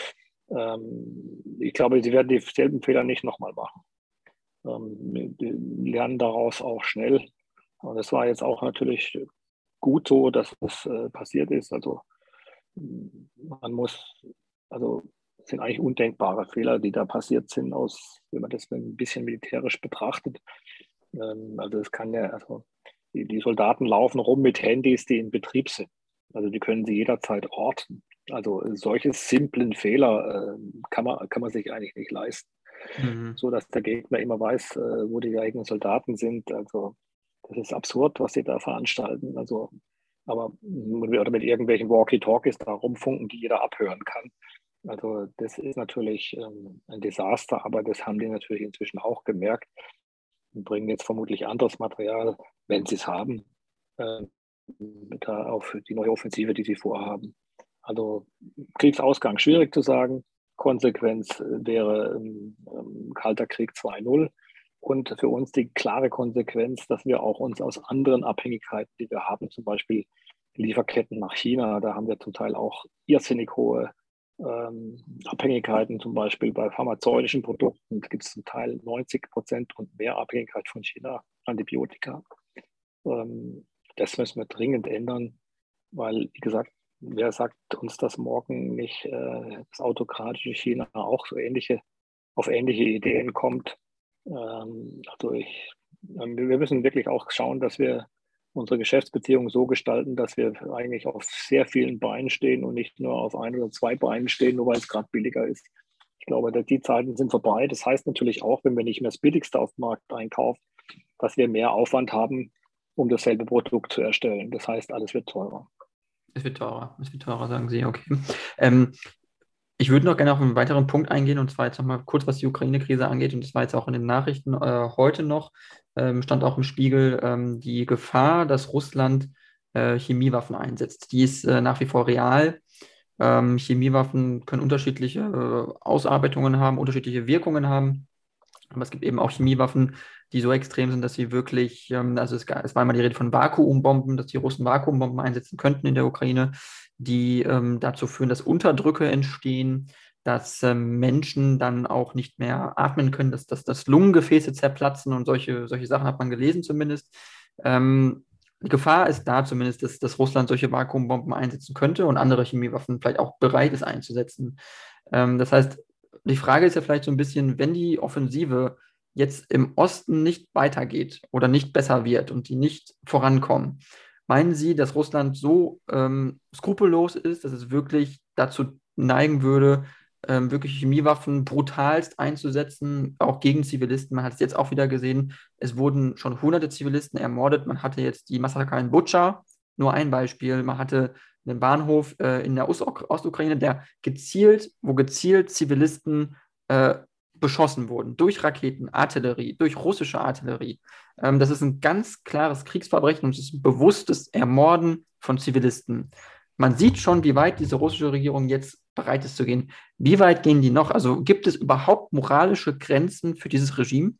Ähm, ich glaube, sie werden dieselben Fehler nicht nochmal machen. Ähm, die lernen daraus auch schnell. Und es war jetzt auch natürlich gut so, dass es äh, passiert ist. Also man muss, also es sind eigentlich undenkbare Fehler, die da passiert sind, aus, wenn man das ein bisschen militärisch betrachtet. Ähm, also es kann ja, also die, die Soldaten laufen rum mit Handys, die in Betrieb sind. Also die können sie jederzeit orten. Also solche simplen Fehler äh, kann man, kann man sich eigentlich nicht leisten. Mhm. So dass der Gegner immer weiß, äh, wo die eigenen Soldaten sind. Also das ist absurd, was sie da veranstalten. Also, aber oder mit irgendwelchen Walkie-Talkies da rumfunken, die jeder abhören kann. Also das ist natürlich ähm, ein Desaster, aber das haben die natürlich inzwischen auch gemerkt und bringen jetzt vermutlich anderes Material, wenn sie es haben, äh, da auf die neue Offensive, die sie vorhaben. Also Kriegsausgang schwierig zu sagen. Konsequenz äh, wäre ähm, ähm, Kalter Krieg zwei null. Und für uns die klare Konsequenz, dass wir auch uns aus anderen Abhängigkeiten, die wir haben, zum Beispiel Lieferketten nach China, da haben wir zum Teil auch irrsinnig hohe ähm, Abhängigkeiten, zum Beispiel bei pharmazeutischen Produkten gibt es zum Teil neunzig Prozent und mehr Abhängigkeit von China, Antibiotika. Ähm, das müssen wir dringend ändern, weil, wie gesagt, wer sagt uns, dass morgen nicht äh, das autokratische China auch so ähnliche, auf ähnliche Ideen kommt? Ähm, also ich, ähm, wir müssen wirklich auch schauen, dass wir unsere Geschäftsbeziehungen so gestalten, dass wir eigentlich auf sehr vielen Beinen stehen und nicht nur auf ein oder zwei Beinen stehen, nur weil es gerade billiger ist. Ich glaube, die Zeiten sind vorbei. Das heißt natürlich auch, wenn wir nicht mehr das Billigste auf dem Markt einkaufen, dass wir mehr Aufwand haben, um dasselbe Produkt zu erstellen. Das heißt, alles wird teurer. Es wird teurer, es wird teurer, sagen Sie, okay. Ähm, Ich würde noch gerne auf einen weiteren Punkt eingehen, und zwar jetzt nochmal kurz, was die Ukraine-Krise angeht. Und das war jetzt auch in den Nachrichten äh, heute noch, ähm, stand auch im Spiegel, ähm, die Gefahr, dass Russland äh, Chemiewaffen einsetzt. Die ist äh, nach wie vor real. Ähm, Chemiewaffen können unterschiedliche äh, Ausarbeitungen haben, unterschiedliche Wirkungen haben. Aber es gibt eben auch Chemiewaffen, die so extrem sind, dass sie wirklich, ähm, also es, es war mal die Rede von Vakuumbomben, dass die Russen Vakuumbomben einsetzen könnten in der Ukraine, die ähm, dazu führen, dass Unterdrücke entstehen, dass ähm, Menschen dann auch nicht mehr atmen können, dass, dass, dass Lungengefäße zerplatzen und solche, solche Sachen hat man gelesen zumindest. Ähm, die Gefahr ist da zumindest, dass, dass Russland solche Vakuumbomben einsetzen könnte und andere Chemiewaffen vielleicht auch bereit ist einzusetzen. Ähm, das heißt, die Frage ist ja vielleicht so ein bisschen, wenn die Offensive jetzt im Osten nicht weitergeht oder nicht besser wird und die nicht vorankommen, meinen Sie, dass Russland so ähm, skrupellos ist, dass es wirklich dazu neigen würde, ähm, wirklich Chemiewaffen brutalst einzusetzen, auch gegen Zivilisten? Man hat es jetzt auch wieder gesehen, es wurden schon hunderte Zivilisten ermordet. Man hatte jetzt die Massaker in Butscha, nur ein Beispiel. Man hatte einen Bahnhof äh, in der Ost Ostukraine, der gezielt, wo gezielt Zivilisten äh, beschossen wurden durch Raketen, Artillerie, durch russische Artillerie. Ähm, das ist ein ganz klares Kriegsverbrechen und es ist ein bewusstes Ermorden von Zivilisten. Man sieht schon, wie weit diese russische Regierung jetzt bereit ist zu gehen. Wie weit gehen die noch? Also gibt es überhaupt moralische Grenzen für dieses Regime?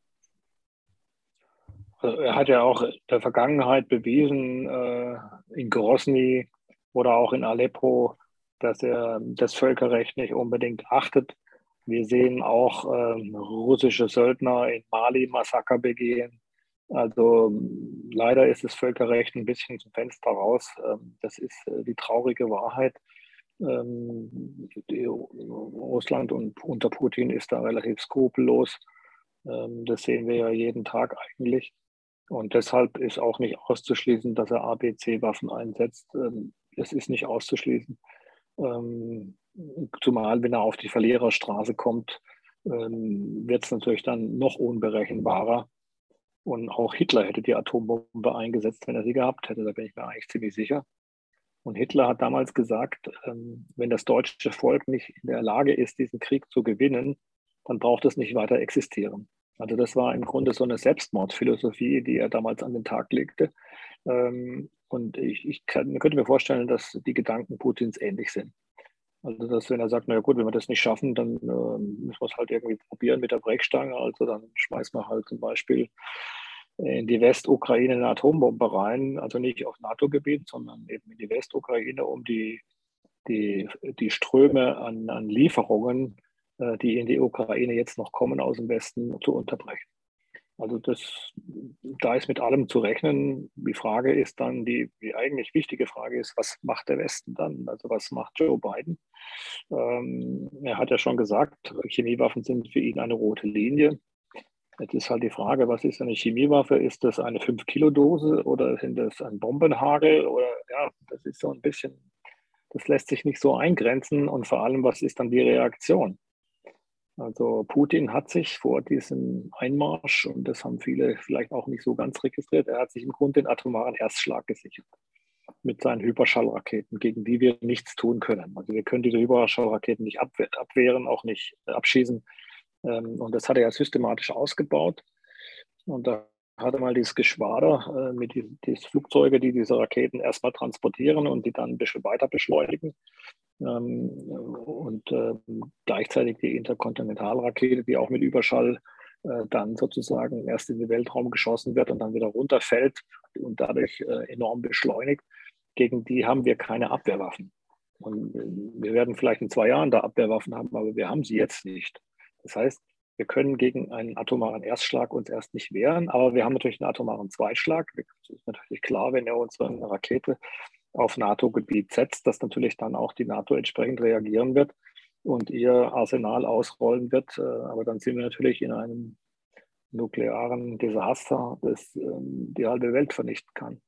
Also er hat ja auch in der Vergangenheit bewiesen, äh, in Grosny oder auch in Aleppo, dass er das Völkerrecht nicht unbedingt achtet. Wir sehen auch ähm, russische Söldner in Mali Massaker begehen. Also leider ist das Völkerrecht ein bisschen zum Fenster raus. Ähm, das ist äh, die traurige Wahrheit. Ähm, die, Russland und unter Putin ist da relativ skrupellos. Ähm, das sehen wir ja jeden Tag eigentlich. Und deshalb ist auch nicht auszuschließen, dass er A B C-Waffen einsetzt. Ähm, Es ist nicht auszuschließen. Ähm, Zumal, wenn er auf die Verliererstraße kommt, ähm, wird es natürlich dann noch unberechenbarer. Und auch Hitler hätte die Atombombe eingesetzt, wenn er sie gehabt hätte. Da bin ich mir eigentlich ziemlich sicher. Und Hitler hat damals gesagt, ähm, wenn das deutsche Volk nicht in der Lage ist, diesen Krieg zu gewinnen, dann braucht es nicht weiter existieren. Also das war im Grunde so eine Selbstmordphilosophie, die er damals an den Tag legte. Ähm, und ich, ich kann, könnte mir vorstellen, dass die Gedanken Putins ähnlich sind. Also, dass wenn er sagt, na ja gut, wenn wir das nicht schaffen, dann äh, müssen wir es halt irgendwie probieren mit der Brechstange. Also dann schmeißen wir halt zum Beispiel in die Westukraine eine Atombombe rein, also nicht auf NATO-Gebiet, sondern eben in die Westukraine, um die, die, die Ströme an, an Lieferungen, äh, die in die Ukraine jetzt noch kommen aus dem Westen, zu unterbrechen. Also das, da ist mit allem zu rechnen. Die Frage ist dann, die, die eigentlich wichtige Frage ist, was macht der Westen dann? Also was macht Joe Biden? Ähm, er hat ja schon gesagt, Chemiewaffen sind für ihn eine rote Linie. Jetzt ist halt die Frage, was ist eine Chemiewaffe? Ist das eine fünf Kilo Dose oder sind das ein Bombenhagel? Oder ja, das ist so ein bisschen, das lässt sich nicht so eingrenzen. Und vor allem, was ist dann die Reaktion? Also Putin hat sich vor diesem Einmarsch, und das haben viele vielleicht auch nicht so ganz registriert, er hat sich im Grunde den atomaren Erstschlag gesichert mit seinen Hyperschallraketen, gegen die wir nichts tun können. Also wir können diese Hyperschallraketen nicht abwehren, auch nicht abschießen. Und das hat er ja systematisch ausgebaut. Und da hat er mal dieses Geschwader mit die, die Flugzeuge, die diese Raketen erstmal transportieren und die dann ein bisschen weiter beschleunigen. Ähm, und äh, gleichzeitig die Interkontinentalrakete, die auch mit Überschall äh, dann sozusagen erst in den Weltraum geschossen wird und dann wieder runterfällt und dadurch äh, enorm beschleunigt. Gegen die haben wir keine Abwehrwaffen. Und wir werden vielleicht in zwei Jahren da Abwehrwaffen haben, aber wir haben sie jetzt nicht. Das heißt, wir können gegen einen atomaren Erstschlag uns erst nicht wehren, aber wir haben natürlich einen atomaren Zweitschlag. Es ist natürlich klar, wenn er uns eine Rakete auf NATO-Gebiet setzt, dass natürlich dann auch die NATO entsprechend reagieren wird und ihr Arsenal ausrollen wird. Aber dann sind wir natürlich in einem nuklearen Desaster, das ähm, die halbe Welt vernichten kann.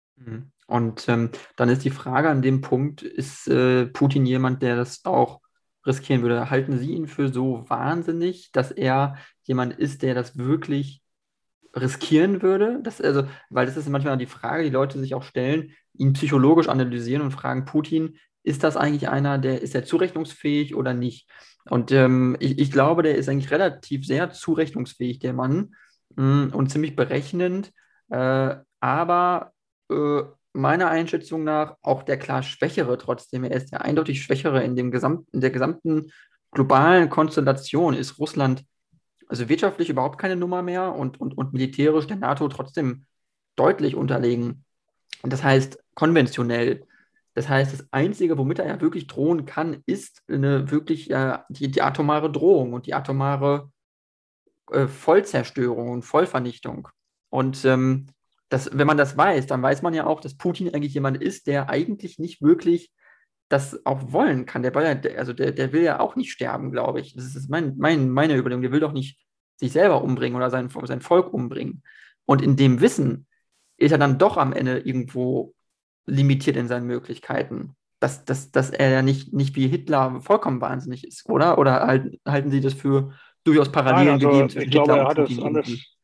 Und ähm, dann ist die Frage an dem Punkt, ist äh, Putin jemand, der das auch riskieren würde? Halten Sie ihn für so wahnsinnig, dass er jemand ist, der das wirklich riskieren würde? Das, also, weil das ist manchmal die Frage, die Leute sich auch stellen, ihn psychologisch analysieren und fragen, Putin, ist das eigentlich einer, der ist er zurechnungsfähig oder nicht? Und ähm, ich, ich glaube, der ist eigentlich relativ sehr zurechnungsfähig, der Mann, mh, und ziemlich berechnend, äh, aber äh, meiner Einschätzung nach auch der klar Schwächere trotzdem. Er ist der eindeutig Schwächere in dem gesamten, in der gesamten globalen Konstellation ist Russland also wirtschaftlich überhaupt keine Nummer mehr und, und, und militärisch der NATO trotzdem deutlich unterlegen. Und das heißt, konventionell. Das heißt, das Einzige, womit er ja wirklich drohen kann, ist eine wirklich äh, die, die atomare Drohung und die atomare äh, Vollzerstörung und Vollvernichtung. Und ähm, das, wenn man das weiß, dann weiß man ja auch, dass Putin eigentlich jemand ist, der eigentlich nicht wirklich das auch wollen kann. Der, will ja, der- also der, der will ja auch nicht sterben, glaube ich. Das ist mein, mein, meine Überlegung. Der will doch nicht sich selber umbringen oder sein, sein Volk umbringen. Und in dem Wissen ist er dann doch am Ende irgendwo limitiert in seinen Möglichkeiten. Dass, dass, dass er ja nicht, nicht wie Hitler vollkommen wahnsinnig ist, oder? Oder halten, halten Sie das für durchaus Nein, Parallelen also gegeben zwischen ich glaube, Hitler er und hat es Putin irgendwie? alles.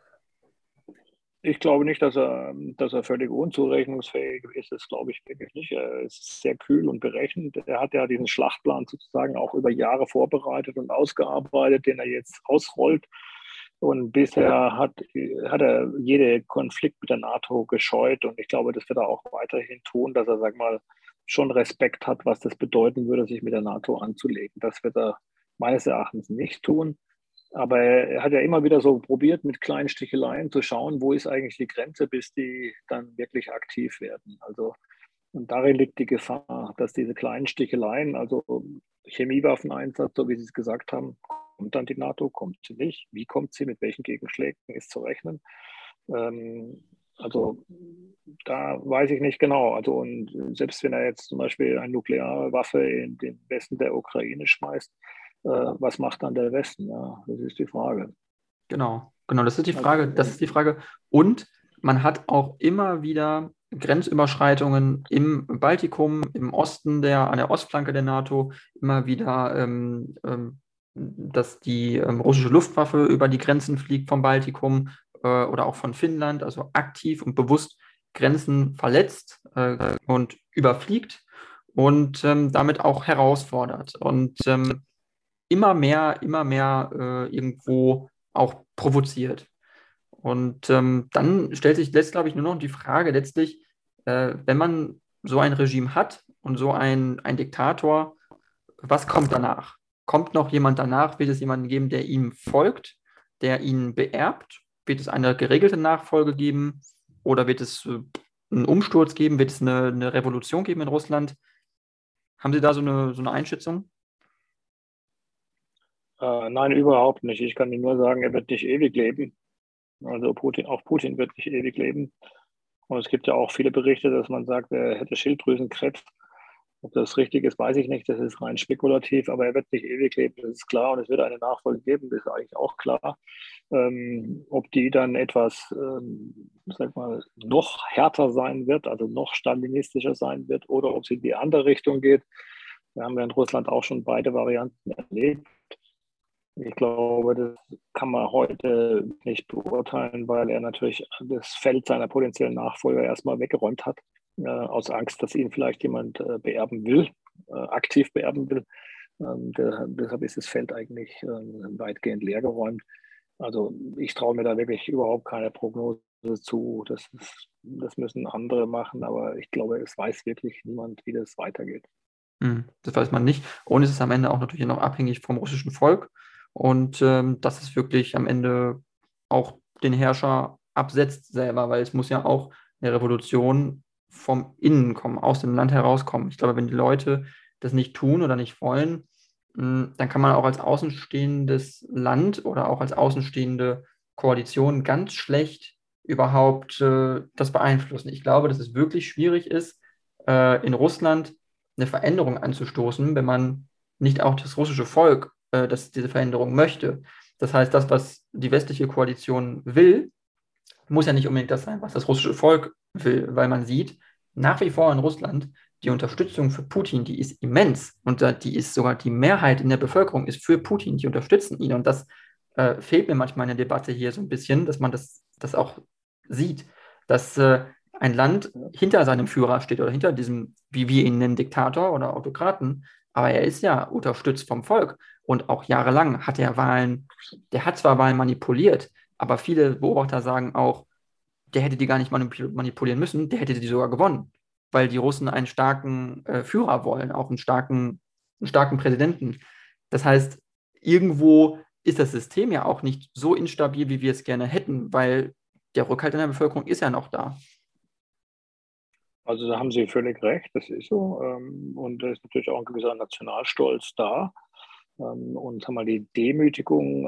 Ich glaube nicht, dass er, dass er völlig unzurechnungsfähig ist. Das glaube ich wirklich nicht. Er ist sehr kühl und berechnend. Er hat ja diesen Schlachtplan sozusagen auch über Jahre vorbereitet und ausgearbeitet, den er jetzt ausrollt. Und bisher hat, hat er jede Konflikt mit der NATO gescheut. Und ich glaube, das wird er auch weiterhin tun, dass er, sag mal, schon Respekt hat, was das bedeuten würde, sich mit der NATO anzulegen. Das wird er meines Erachtens nicht tun. Aber er hat ja immer wieder so probiert, mit kleinen Sticheleien zu schauen, wo ist eigentlich die Grenze, bis die dann wirklich aktiv werden. Also, und darin liegt die Gefahr, dass diese kleinen Sticheleien, also Chemiewaffeneinsatz, so wie Sie es gesagt haben, kommt dann die NATO, kommt sie nicht, wie kommt sie, mit welchen Gegenschlägen ist zu rechnen. Ähm, also da weiß ich nicht genau. Also und selbst wenn er jetzt zum Beispiel eine nukleare Waffe in den Westen der Ukraine schmeißt, äh, was macht dann der Westen? Ja, das ist die Frage. Genau, genau, das ist die Also, Frage, das ist die Frage. Und man hat auch immer wieder Grenzüberschreitungen im Baltikum, im Osten der, an der Ostflanke der NATO, immer wieder, ähm, ähm, dass die ähm, russische Luftwaffe über die Grenzen fliegt vom Baltikum äh, oder auch von Finnland, also aktiv und bewusst Grenzen verletzt äh, und überfliegt und ähm, damit auch herausfordert. Und ähm, immer mehr, immer mehr äh, irgendwo auch provoziert. Und ähm, dann stellt sich letzt, glaube ich, nur noch die Frage letztlich, äh, wenn man so ein Regime hat und so ein, ein Diktator, was kommt danach? Kommt noch jemand danach? Wird es jemanden geben, der ihm folgt, der ihn beerbt? Wird es eine geregelte Nachfolge geben? Oder wird es äh, einen Umsturz geben? Wird es eine, eine Revolution geben in Russland? Haben Sie da so eine, so eine Einschätzung? Äh, nein, überhaupt nicht. Ich kann Ihnen nur sagen, er wird nicht ewig leben. Also Putin, auch Putin wird nicht ewig leben. Und es gibt ja auch viele Berichte, dass man sagt, er hätte Schilddrüsenkrebs. Ob das richtig ist, weiß ich nicht. Das ist rein spekulativ, aber er wird nicht ewig leben, das ist klar. Und es wird eine Nachfolge geben, das ist eigentlich auch klar. Ähm, ob die dann etwas, ähm, sag mal, noch härter sein wird, also noch stalinistischer sein wird, oder ob sie in die andere Richtung geht. Wir haben ja in Russland auch schon beide Varianten erlebt. Ich glaube, das kann man heute nicht beurteilen, weil er natürlich das Feld seiner potenziellen Nachfolger erstmal weggeräumt hat, äh, aus Angst, dass ihn vielleicht jemand äh, beerben will, äh, aktiv beerben will. Ähm, der, deshalb ist das Feld eigentlich äh, weitgehend leergeräumt. Also ich traue mir da wirklich überhaupt keine Prognose zu. Das, ist, das müssen andere machen, aber ich glaube, es weiß wirklich niemand, wie das weitergeht. Hm, das weiß man nicht. Und es ist am Ende auch natürlich noch abhängig vom russischen Volk. Und ähm, dass es wirklich am Ende auch den Herrscher absetzt selber, weil es muss ja auch eine Revolution vom Innen kommen, aus dem Land herauskommen. Ich glaube, wenn die Leute das nicht tun oder nicht wollen, mh, dann kann man auch als außenstehendes Land oder auch als außenstehende Koalition ganz schlecht überhaupt äh, das beeinflussen. Ich glaube, dass es wirklich schwierig ist, äh, in Russland eine Veränderung anzustoßen, wenn man nicht auch das russische Volk, äh, das diese Veränderung möchte. Das heißt, das, was die westliche Koalition will, muss ja nicht unbedingt das sein, was das russische Volk will, weil man sieht, nach wie vor in Russland, die Unterstützung für Putin, die ist immens und äh, die ist sogar die Mehrheit in der Bevölkerung ist für Putin, die unterstützen ihn und das äh, fehlt mir manchmal in der Debatte hier so ein bisschen, dass man das, das auch sieht, dass äh, ein Land hinter seinem Führer steht oder hinter diesem, wie wir ihn nennen, Diktator oder Autokraten, aber er ist ja unterstützt vom Volk und auch jahrelang hat er Wahlen, der hat zwar Wahlen manipuliert, aber viele Beobachter sagen auch, der hätte die gar nicht manipulieren müssen, der hätte die sogar gewonnen, weil die Russen einen starken äh, Führer wollen, auch einen starken, einen starken Präsidenten. Das heißt, irgendwo ist das System ja auch nicht so instabil, wie wir es gerne hätten, weil der Rückhalt in der Bevölkerung ist ja noch da. Also da haben Sie völlig recht, das ist so. Ähm, und da ist natürlich auch ein gewisser Nationalstolz da. Ähm, und sag mal, die Demütigung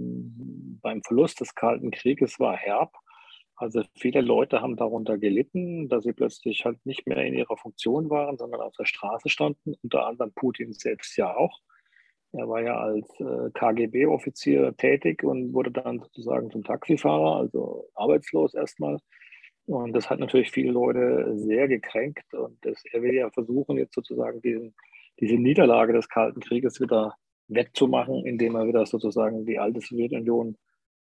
ähm, beim Verlust des Kalten Krieges war herb. Also viele Leute haben darunter gelitten, dass sie plötzlich halt nicht mehr in ihrer Funktion waren, sondern auf der Straße standen, unter anderem Putin selbst ja auch. Er war ja als äh, K G B-Offizier tätig und wurde dann sozusagen zum Taxifahrer, also arbeitslos erstmal. Und das hat natürlich viele Leute sehr gekränkt. Und das, er will ja versuchen, jetzt sozusagen diesen, diese Niederlage des Kalten Krieges wieder wettzumachen, indem er wieder sozusagen die alte Sowjetunion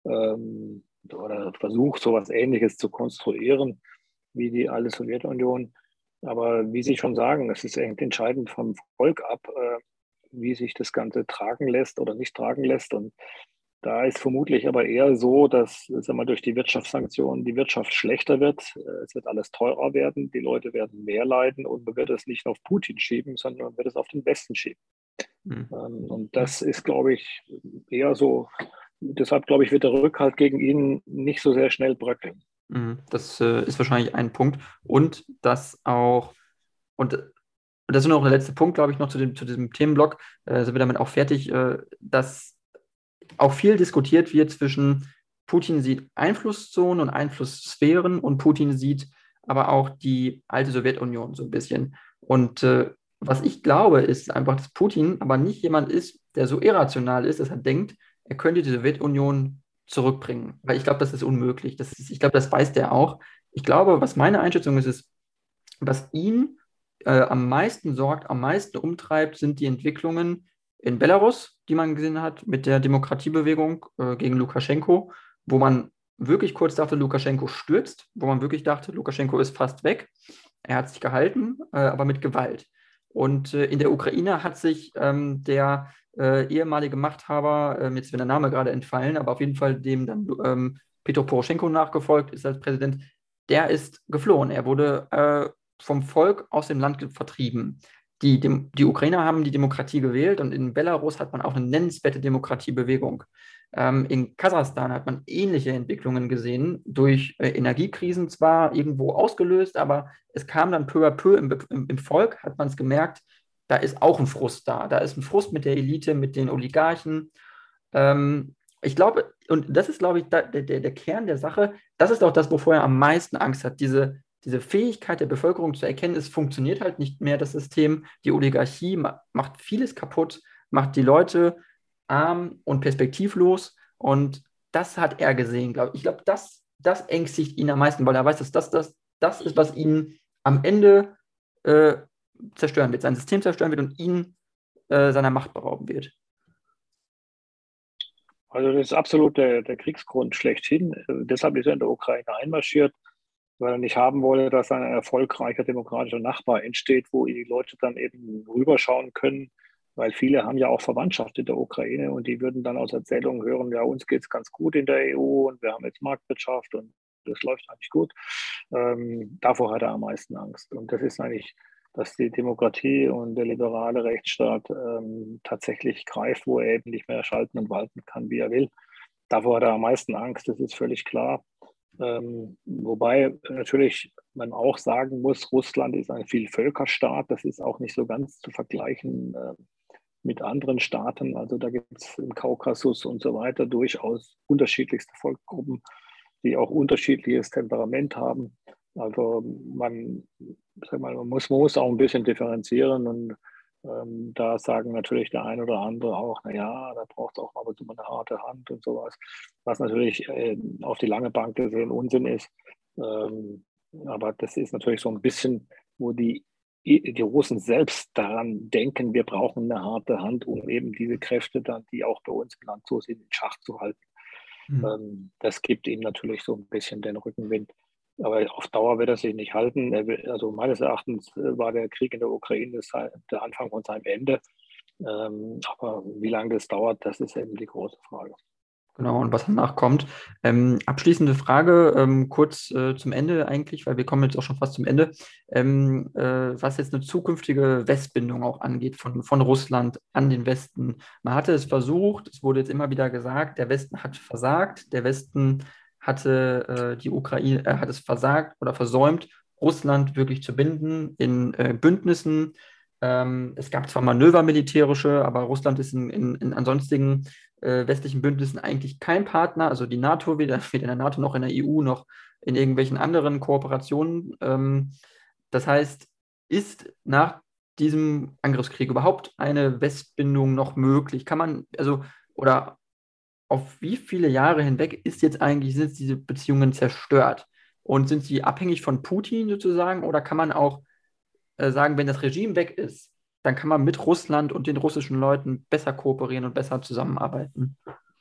ähm, oder versucht, so etwas Ähnliches zu konstruieren wie die alte Sowjetunion. Aber wie Sie schon sagen, es ist echt entscheidend vom Volk ab, äh, wie sich das Ganze tragen lässt oder nicht tragen lässt. Und da ist vermutlich aber eher so, dass sagen wir, durch die Wirtschaftssanktionen die Wirtschaft schlechter wird. Es wird alles teurer werden, die Leute werden mehr leiden und man wird es nicht auf Putin schieben, sondern man wird es auf den Westen schieben. Hm. Ähm, Und Ja. das ist, glaube ich, eher so. Deshalb, glaube ich, wird der Rückhalt gegen ihn nicht so sehr schnell bröckeln. Mhm. Das äh, ist wahrscheinlich ein Punkt. Und das auch, und Und das ist nur noch der letzte Punkt, glaube ich, noch zu, dem, zu diesem Themenblock, äh, sind wir damit auch fertig, äh, dass auch viel diskutiert wird zwischen Putin sieht Einflusszonen und Einflusssphären und Putin sieht aber auch die alte Sowjetunion so ein bisschen. Und äh, was ich glaube, ist einfach, dass Putin aber nicht jemand ist, der so irrational ist, dass er denkt, er könnte die Sowjetunion zurückbringen. Weil ich glaube, das ist unmöglich. Das ist, ich glaube, das weiß der auch. Ich glaube, was meine Einschätzung ist, ist, was ihn äh, am meisten sorgt, am meisten umtreibt, sind die Entwicklungen in Belarus, die man gesehen hat mit der Demokratiebewegung äh, gegen Lukaschenko, wo man wirklich kurz dachte, Lukaschenko stürzt, wo man wirklich dachte, Lukaschenko ist fast weg. Er hat sich gehalten, äh, aber mit Gewalt. Und äh, in der Ukraine hat sich ähm, der äh, ehemalige Machthaber, ähm, jetzt wird der Name gerade entfallen, aber auf jeden Fall dem dann ähm, Petro Poroschenko nachgefolgt ist als Präsident, der ist geflohen. Er wurde äh, vom Volk aus dem Land vertrieben. die, Dem die Ukrainer haben die Demokratie gewählt und in Belarus hat man auch eine nennenswerte Demokratiebewegung. Ähm, in Kasachstan hat man ähnliche Entwicklungen gesehen, durch äh, Energiekrisen zwar irgendwo ausgelöst, aber es kam dann peu à peu im, im, im Volk, hat man es gemerkt, da ist auch ein Frust da. Da ist ein Frust mit der Elite, mit den Oligarchen. Ähm, ich glaube, und das ist, glaube ich, da, der, der Kern der Sache, das ist auch das, wovor er am meisten Angst hat. Diese, diese Fähigkeit der Bevölkerung zu erkennen, es funktioniert halt nicht mehr, das System. Die Oligarchie ma macht vieles kaputt, macht die Leute arm und perspektivlos. Und das hat er gesehen, glaube ich. Ich glaube, das, das ängstigt ihn am meisten, weil er weiß, dass das, das, das ist, was ihn am Ende äh, zerstören wird, sein System zerstören wird und ihn äh, seiner Macht berauben wird. Also das ist absolut der, der Kriegsgrund schlechthin. Äh, Deshalb ist er in der Ukraine einmarschiert, weil er nicht haben wollte, dass ein erfolgreicher demokratischer Nachbar entsteht, wo die Leute dann eben rüberschauen können, weil viele haben ja auch Verwandtschaft in der Ukraine und die würden dann aus Erzählungen hören, ja, uns geht es ganz gut in der E U und wir haben jetzt Marktwirtschaft und das läuft eigentlich gut. Ähm, davor hat er am meisten Angst. Und das ist eigentlich, dass die Demokratie und der liberale Rechtsstaat ähm, tatsächlich greift, wo er eben nicht mehr schalten und walten kann, wie er will. Davor hat er am meisten Angst, das ist völlig klar. Ähm, wobei natürlich man auch sagen muss, Russland ist ein Vielvölkerstaat. Das ist auch nicht so ganz zu vergleichen äh, mit anderen Staaten. Also da gibt es im Kaukasus und so weiter durchaus unterschiedlichste Volksgruppen, die auch unterschiedliches Temperament haben. Also man, sag mal, man muss, man muss auch ein bisschen differenzieren und ähm, da sagen natürlich der eine oder andere auch, naja, da braucht es auch mal so eine harte Hand und sowas, was natürlich äh, auf die lange Bank gesehen Unsinn ist. Ähm, aber das ist natürlich so ein bisschen, wo die, die Russen selbst daran denken, wir brauchen eine harte Hand, um eben diese Kräfte dann, die auch bei uns im Land so sind, in Schach zu halten. Hm. Ähm, das gibt ihm natürlich so ein bisschen den Rückenwind. Aber auf Dauer wird er sich nicht halten. Er will, also meines Erachtens äh, war der Krieg in der Ukraine das, der Anfang von seinem Ende. Ähm, aber wie lange das dauert, das ist eben die große Frage. Genau, und was danach kommt. Ähm, abschließende Frage, ähm, kurz äh, zum Ende eigentlich, weil wir kommen jetzt auch schon fast zum Ende. Ähm, äh, was jetzt eine zukünftige Westbindung auch angeht von, von Russland an den Westen. Man hatte es versucht, es wurde jetzt immer wieder gesagt, der Westen hat versagt, der Westen hatte äh, die Ukraine, äh, hat es versagt oder versäumt, Russland wirklich zu binden in äh, Bündnissen. Ähm, es gab zwar Manöver militärische, aber Russland ist in, in, in ansonsten äh, westlichen Bündnissen eigentlich kein Partner, also die NATO, weder, weder in der NATO noch in der E U noch in irgendwelchen anderen Kooperationen. Ähm, das heißt, ist nach diesem Angriffskrieg überhaupt eine Westbindung noch möglich? Kann man, also, oder auf wie viele Jahre hinweg ist jetzt eigentlich, sind diese Beziehungen zerstört? Und sind sie abhängig von Putin sozusagen? Oder kann man auch äh, sagen, wenn das Regime weg ist, dann kann man mit Russland und den russischen Leuten besser kooperieren und besser zusammenarbeiten?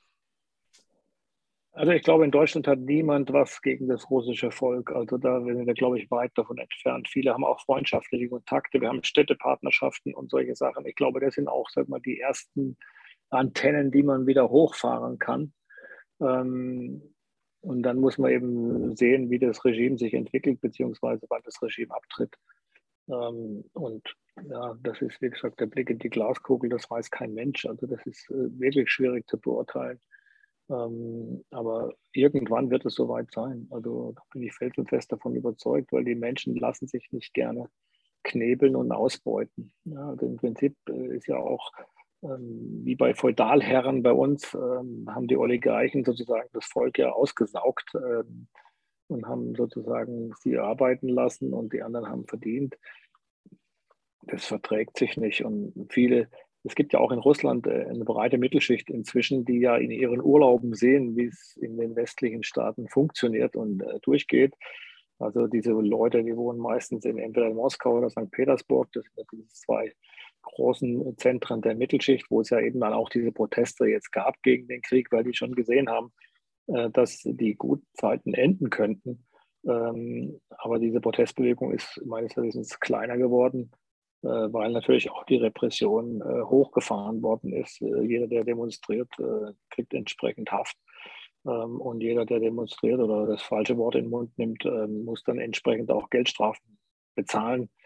Also ich glaube, in Deutschland hat niemand was gegen das russische Volk. Also da sind wir, glaube ich, weit davon entfernt. Viele haben auch freundschaftliche Kontakte. Wir haben Städtepartnerschaften und solche Sachen. Ich glaube, das sind auch, sag mal, die ersten Antennen, die man wieder hochfahren kann. Ähm, und dann muss man eben sehen, wie das Regime sich entwickelt, beziehungsweise wann das Regime abtritt. Ähm, und ja, das ist, wie gesagt, der Blick in die Glaskugel, das weiß kein Mensch. Also das ist äh, wirklich schwierig zu beurteilen. Ähm, aber irgendwann wird es soweit sein. Also da bin ich felsenfest davon überzeugt, weil die Menschen lassen sich nicht gerne knebeln und ausbeuten. Ja, also im Prinzip äh, ist ja auch ähm, wie bei Feudalherren bei uns, ähm, haben die Oligarchen sozusagen das Volk ja ausgesaugt ähm, und haben sozusagen sie arbeiten lassen und die anderen haben verdient. Das verträgt sich nicht. Und viele, es gibt ja auch in Russland äh, eine breite Mittelschicht inzwischen, die ja in ihren Urlauben sehen, wie es in den westlichen Staaten funktioniert und äh, durchgeht. Also diese Leute, die wohnen meistens in entweder in Moskau oder Sankt Petersburg. Das sind ja diese zwei großen Zentren der Mittelschicht, wo es ja eben dann auch diese Proteste jetzt gab gegen den Krieg, weil die schon gesehen haben, äh, dass die guten Zeiten enden könnten. Ähm, aber diese Protestbewegung ist meines Wissens kleiner geworden, äh, weil natürlich auch die Repression äh, hochgefahren worden ist. Äh, jeder, der demonstriert, äh, kriegt entsprechend Haft. Ähm, und jeder, der demonstriert oder das falsche Wort in den Mund nimmt, äh, muss dann entsprechend auch Geldstrafen bezahlen.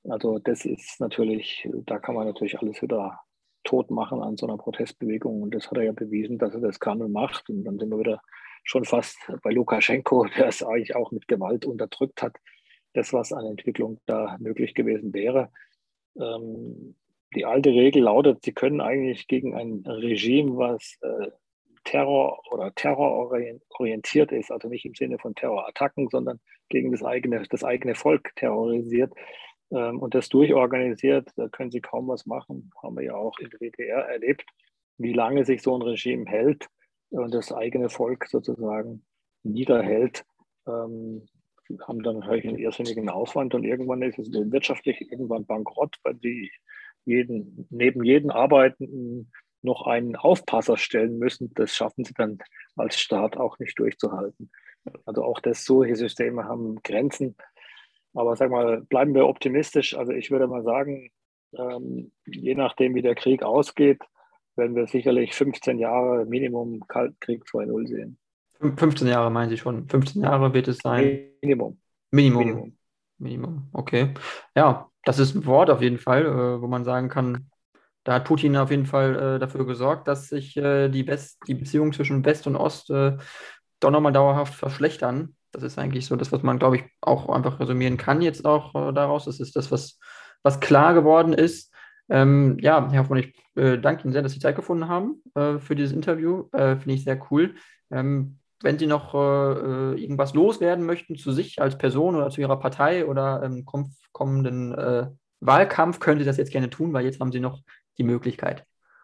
Also das ist natürlich, da kann man natürlich alles wieder tot machen an so einer Protestbewegung. Und das hat er ja bewiesen, dass er das kann und macht. Und dann sind wir wieder schon fast bei Lukaschenko, der es eigentlich auch mit Gewalt unterdrückt hat. Das, was an Entwicklung da möglich gewesen wäre. Ähm, die alte Regel lautet, sie können eigentlich gegen ein Regime, was äh, Terror oder terrororientiert ist, also nicht im Sinne von Terrorattacken, sondern gegen das eigene, das eigene Volk terrorisiert ähm, und das durchorganisiert, da können sie kaum was machen. Haben wir ja auch in der D D R erlebt, wie lange sich so ein Regime hält und das eigene Volk sozusagen niederhält. Ähm, haben dann natürlich einen irrsinnigen Aufwand und irgendwann ist es wirtschaftlich irgendwann bankrott, weil sie jeden, neben jedem Arbeitenden noch einen Aufpasser stellen müssen. Das schaffen sie dann als Staat auch nicht durchzuhalten. Also auch das, solche Systeme haben Grenzen. Aber sag mal, bleiben wir optimistisch. Also ich würde mal sagen, ähm, je nachdem, wie der Krieg ausgeht, werden wir sicherlich fünfzehn Jahre Minimum Kaltkrieg zwei Punkt null sehen. fünfzehn Jahre meinen Sie schon. fünfzehn Jahre wird es sein. Minimum. Minimum. Minimum. Minimum. Okay. Ja, das ist ein Wort auf jeden Fall, äh, wo man sagen kann, da hat Putin auf jeden Fall äh, dafür gesorgt, dass sich äh, die, West, die Beziehungen zwischen West und Ost äh, doch nochmal dauerhaft verschlechtern. Das ist eigentlich so das, was man, glaube ich, auch einfach resümieren kann jetzt auch äh, daraus. Das ist das, was, was klar geworden ist. Ähm, ja, Herr Hoffmann, ich äh, danke Ihnen sehr, dass Sie Zeit gefunden haben äh, für dieses Interview. Äh, finde ich sehr cool. Ähm, wenn Sie noch äh, irgendwas loswerden möchten zu sich als Person oder zu Ihrer Partei oder ähm, komm, kommenden äh, Wahlkampf, können Sie das jetzt gerne tun, weil jetzt haben Sie noch die Möglichkeit.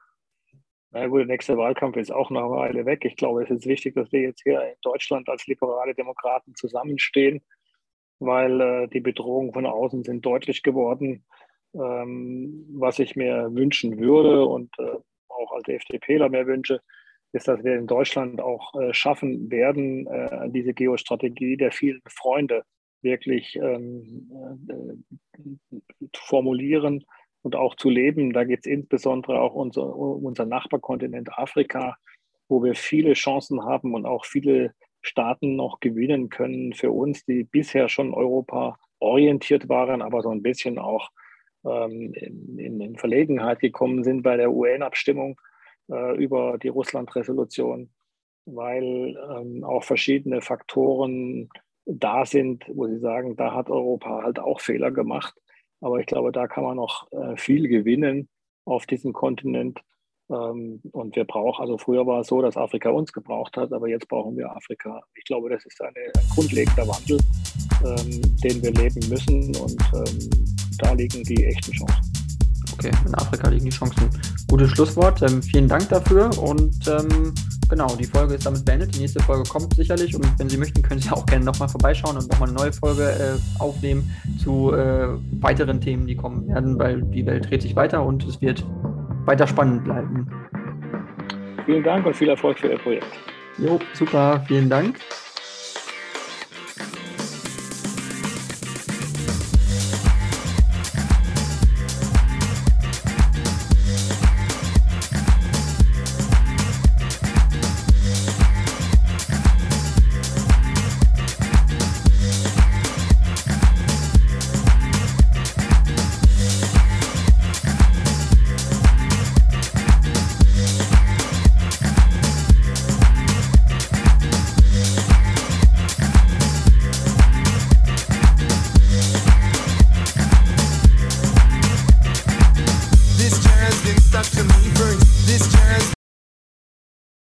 Na gut, der nächste Wahlkampf ist auch noch eine Weile weg. Ich glaube, es ist wichtig, dass wir jetzt hier in Deutschland als liberale Demokraten zusammenstehen, weil äh, die Bedrohungen von außen sind deutlich geworden. Ähm, was ich mir wünschen würde und äh, auch als FDPler mir wünsche, ist, dass wir in Deutschland auch äh, schaffen werden, äh, diese Geostrategie der vielen Freunde wirklich ähm, äh, zu formulieren und auch zu leben. Da geht es insbesondere auch unser, unser Nachbarkontinent Afrika, wo wir viele Chancen haben und auch viele Staaten noch gewinnen können für uns, die bisher schon Europa orientiert waren, aber so ein bisschen auch ähm, in, in, in Verlegenheit gekommen sind bei der U N-Abstimmung äh, über die Russland-Resolution, weil ähm, auch verschiedene Faktoren da sind, wo sie sagen, da hat Europa halt auch Fehler gemacht. Aber ich glaube, da kann man noch äh, viel gewinnen auf diesem Kontinent. Ähm, und wir brauchen, also früher war es so, dass Afrika uns gebraucht hat, aber jetzt brauchen wir Afrika. Ich glaube, das ist eine, ein grundlegender Wandel, ähm, den wir leben müssen. Und ähm, da liegen die echten Chancen. Okay, in Afrika liegen die Chancen. Gutes Schlusswort. Ähm, vielen Dank dafür. Und ähm, genau, die Folge ist damit beendet. Die nächste Folge kommt sicherlich. Und wenn Sie möchten, können Sie auch gerne nochmal vorbeischauen und nochmal eine neue Folge äh, aufnehmen zu äh, weiteren Themen, die kommen werden, weil die Welt dreht sich weiter und es wird weiter spannend bleiben. Vielen Dank und viel Erfolg für Ihr Projekt. Jo, super. Vielen Dank.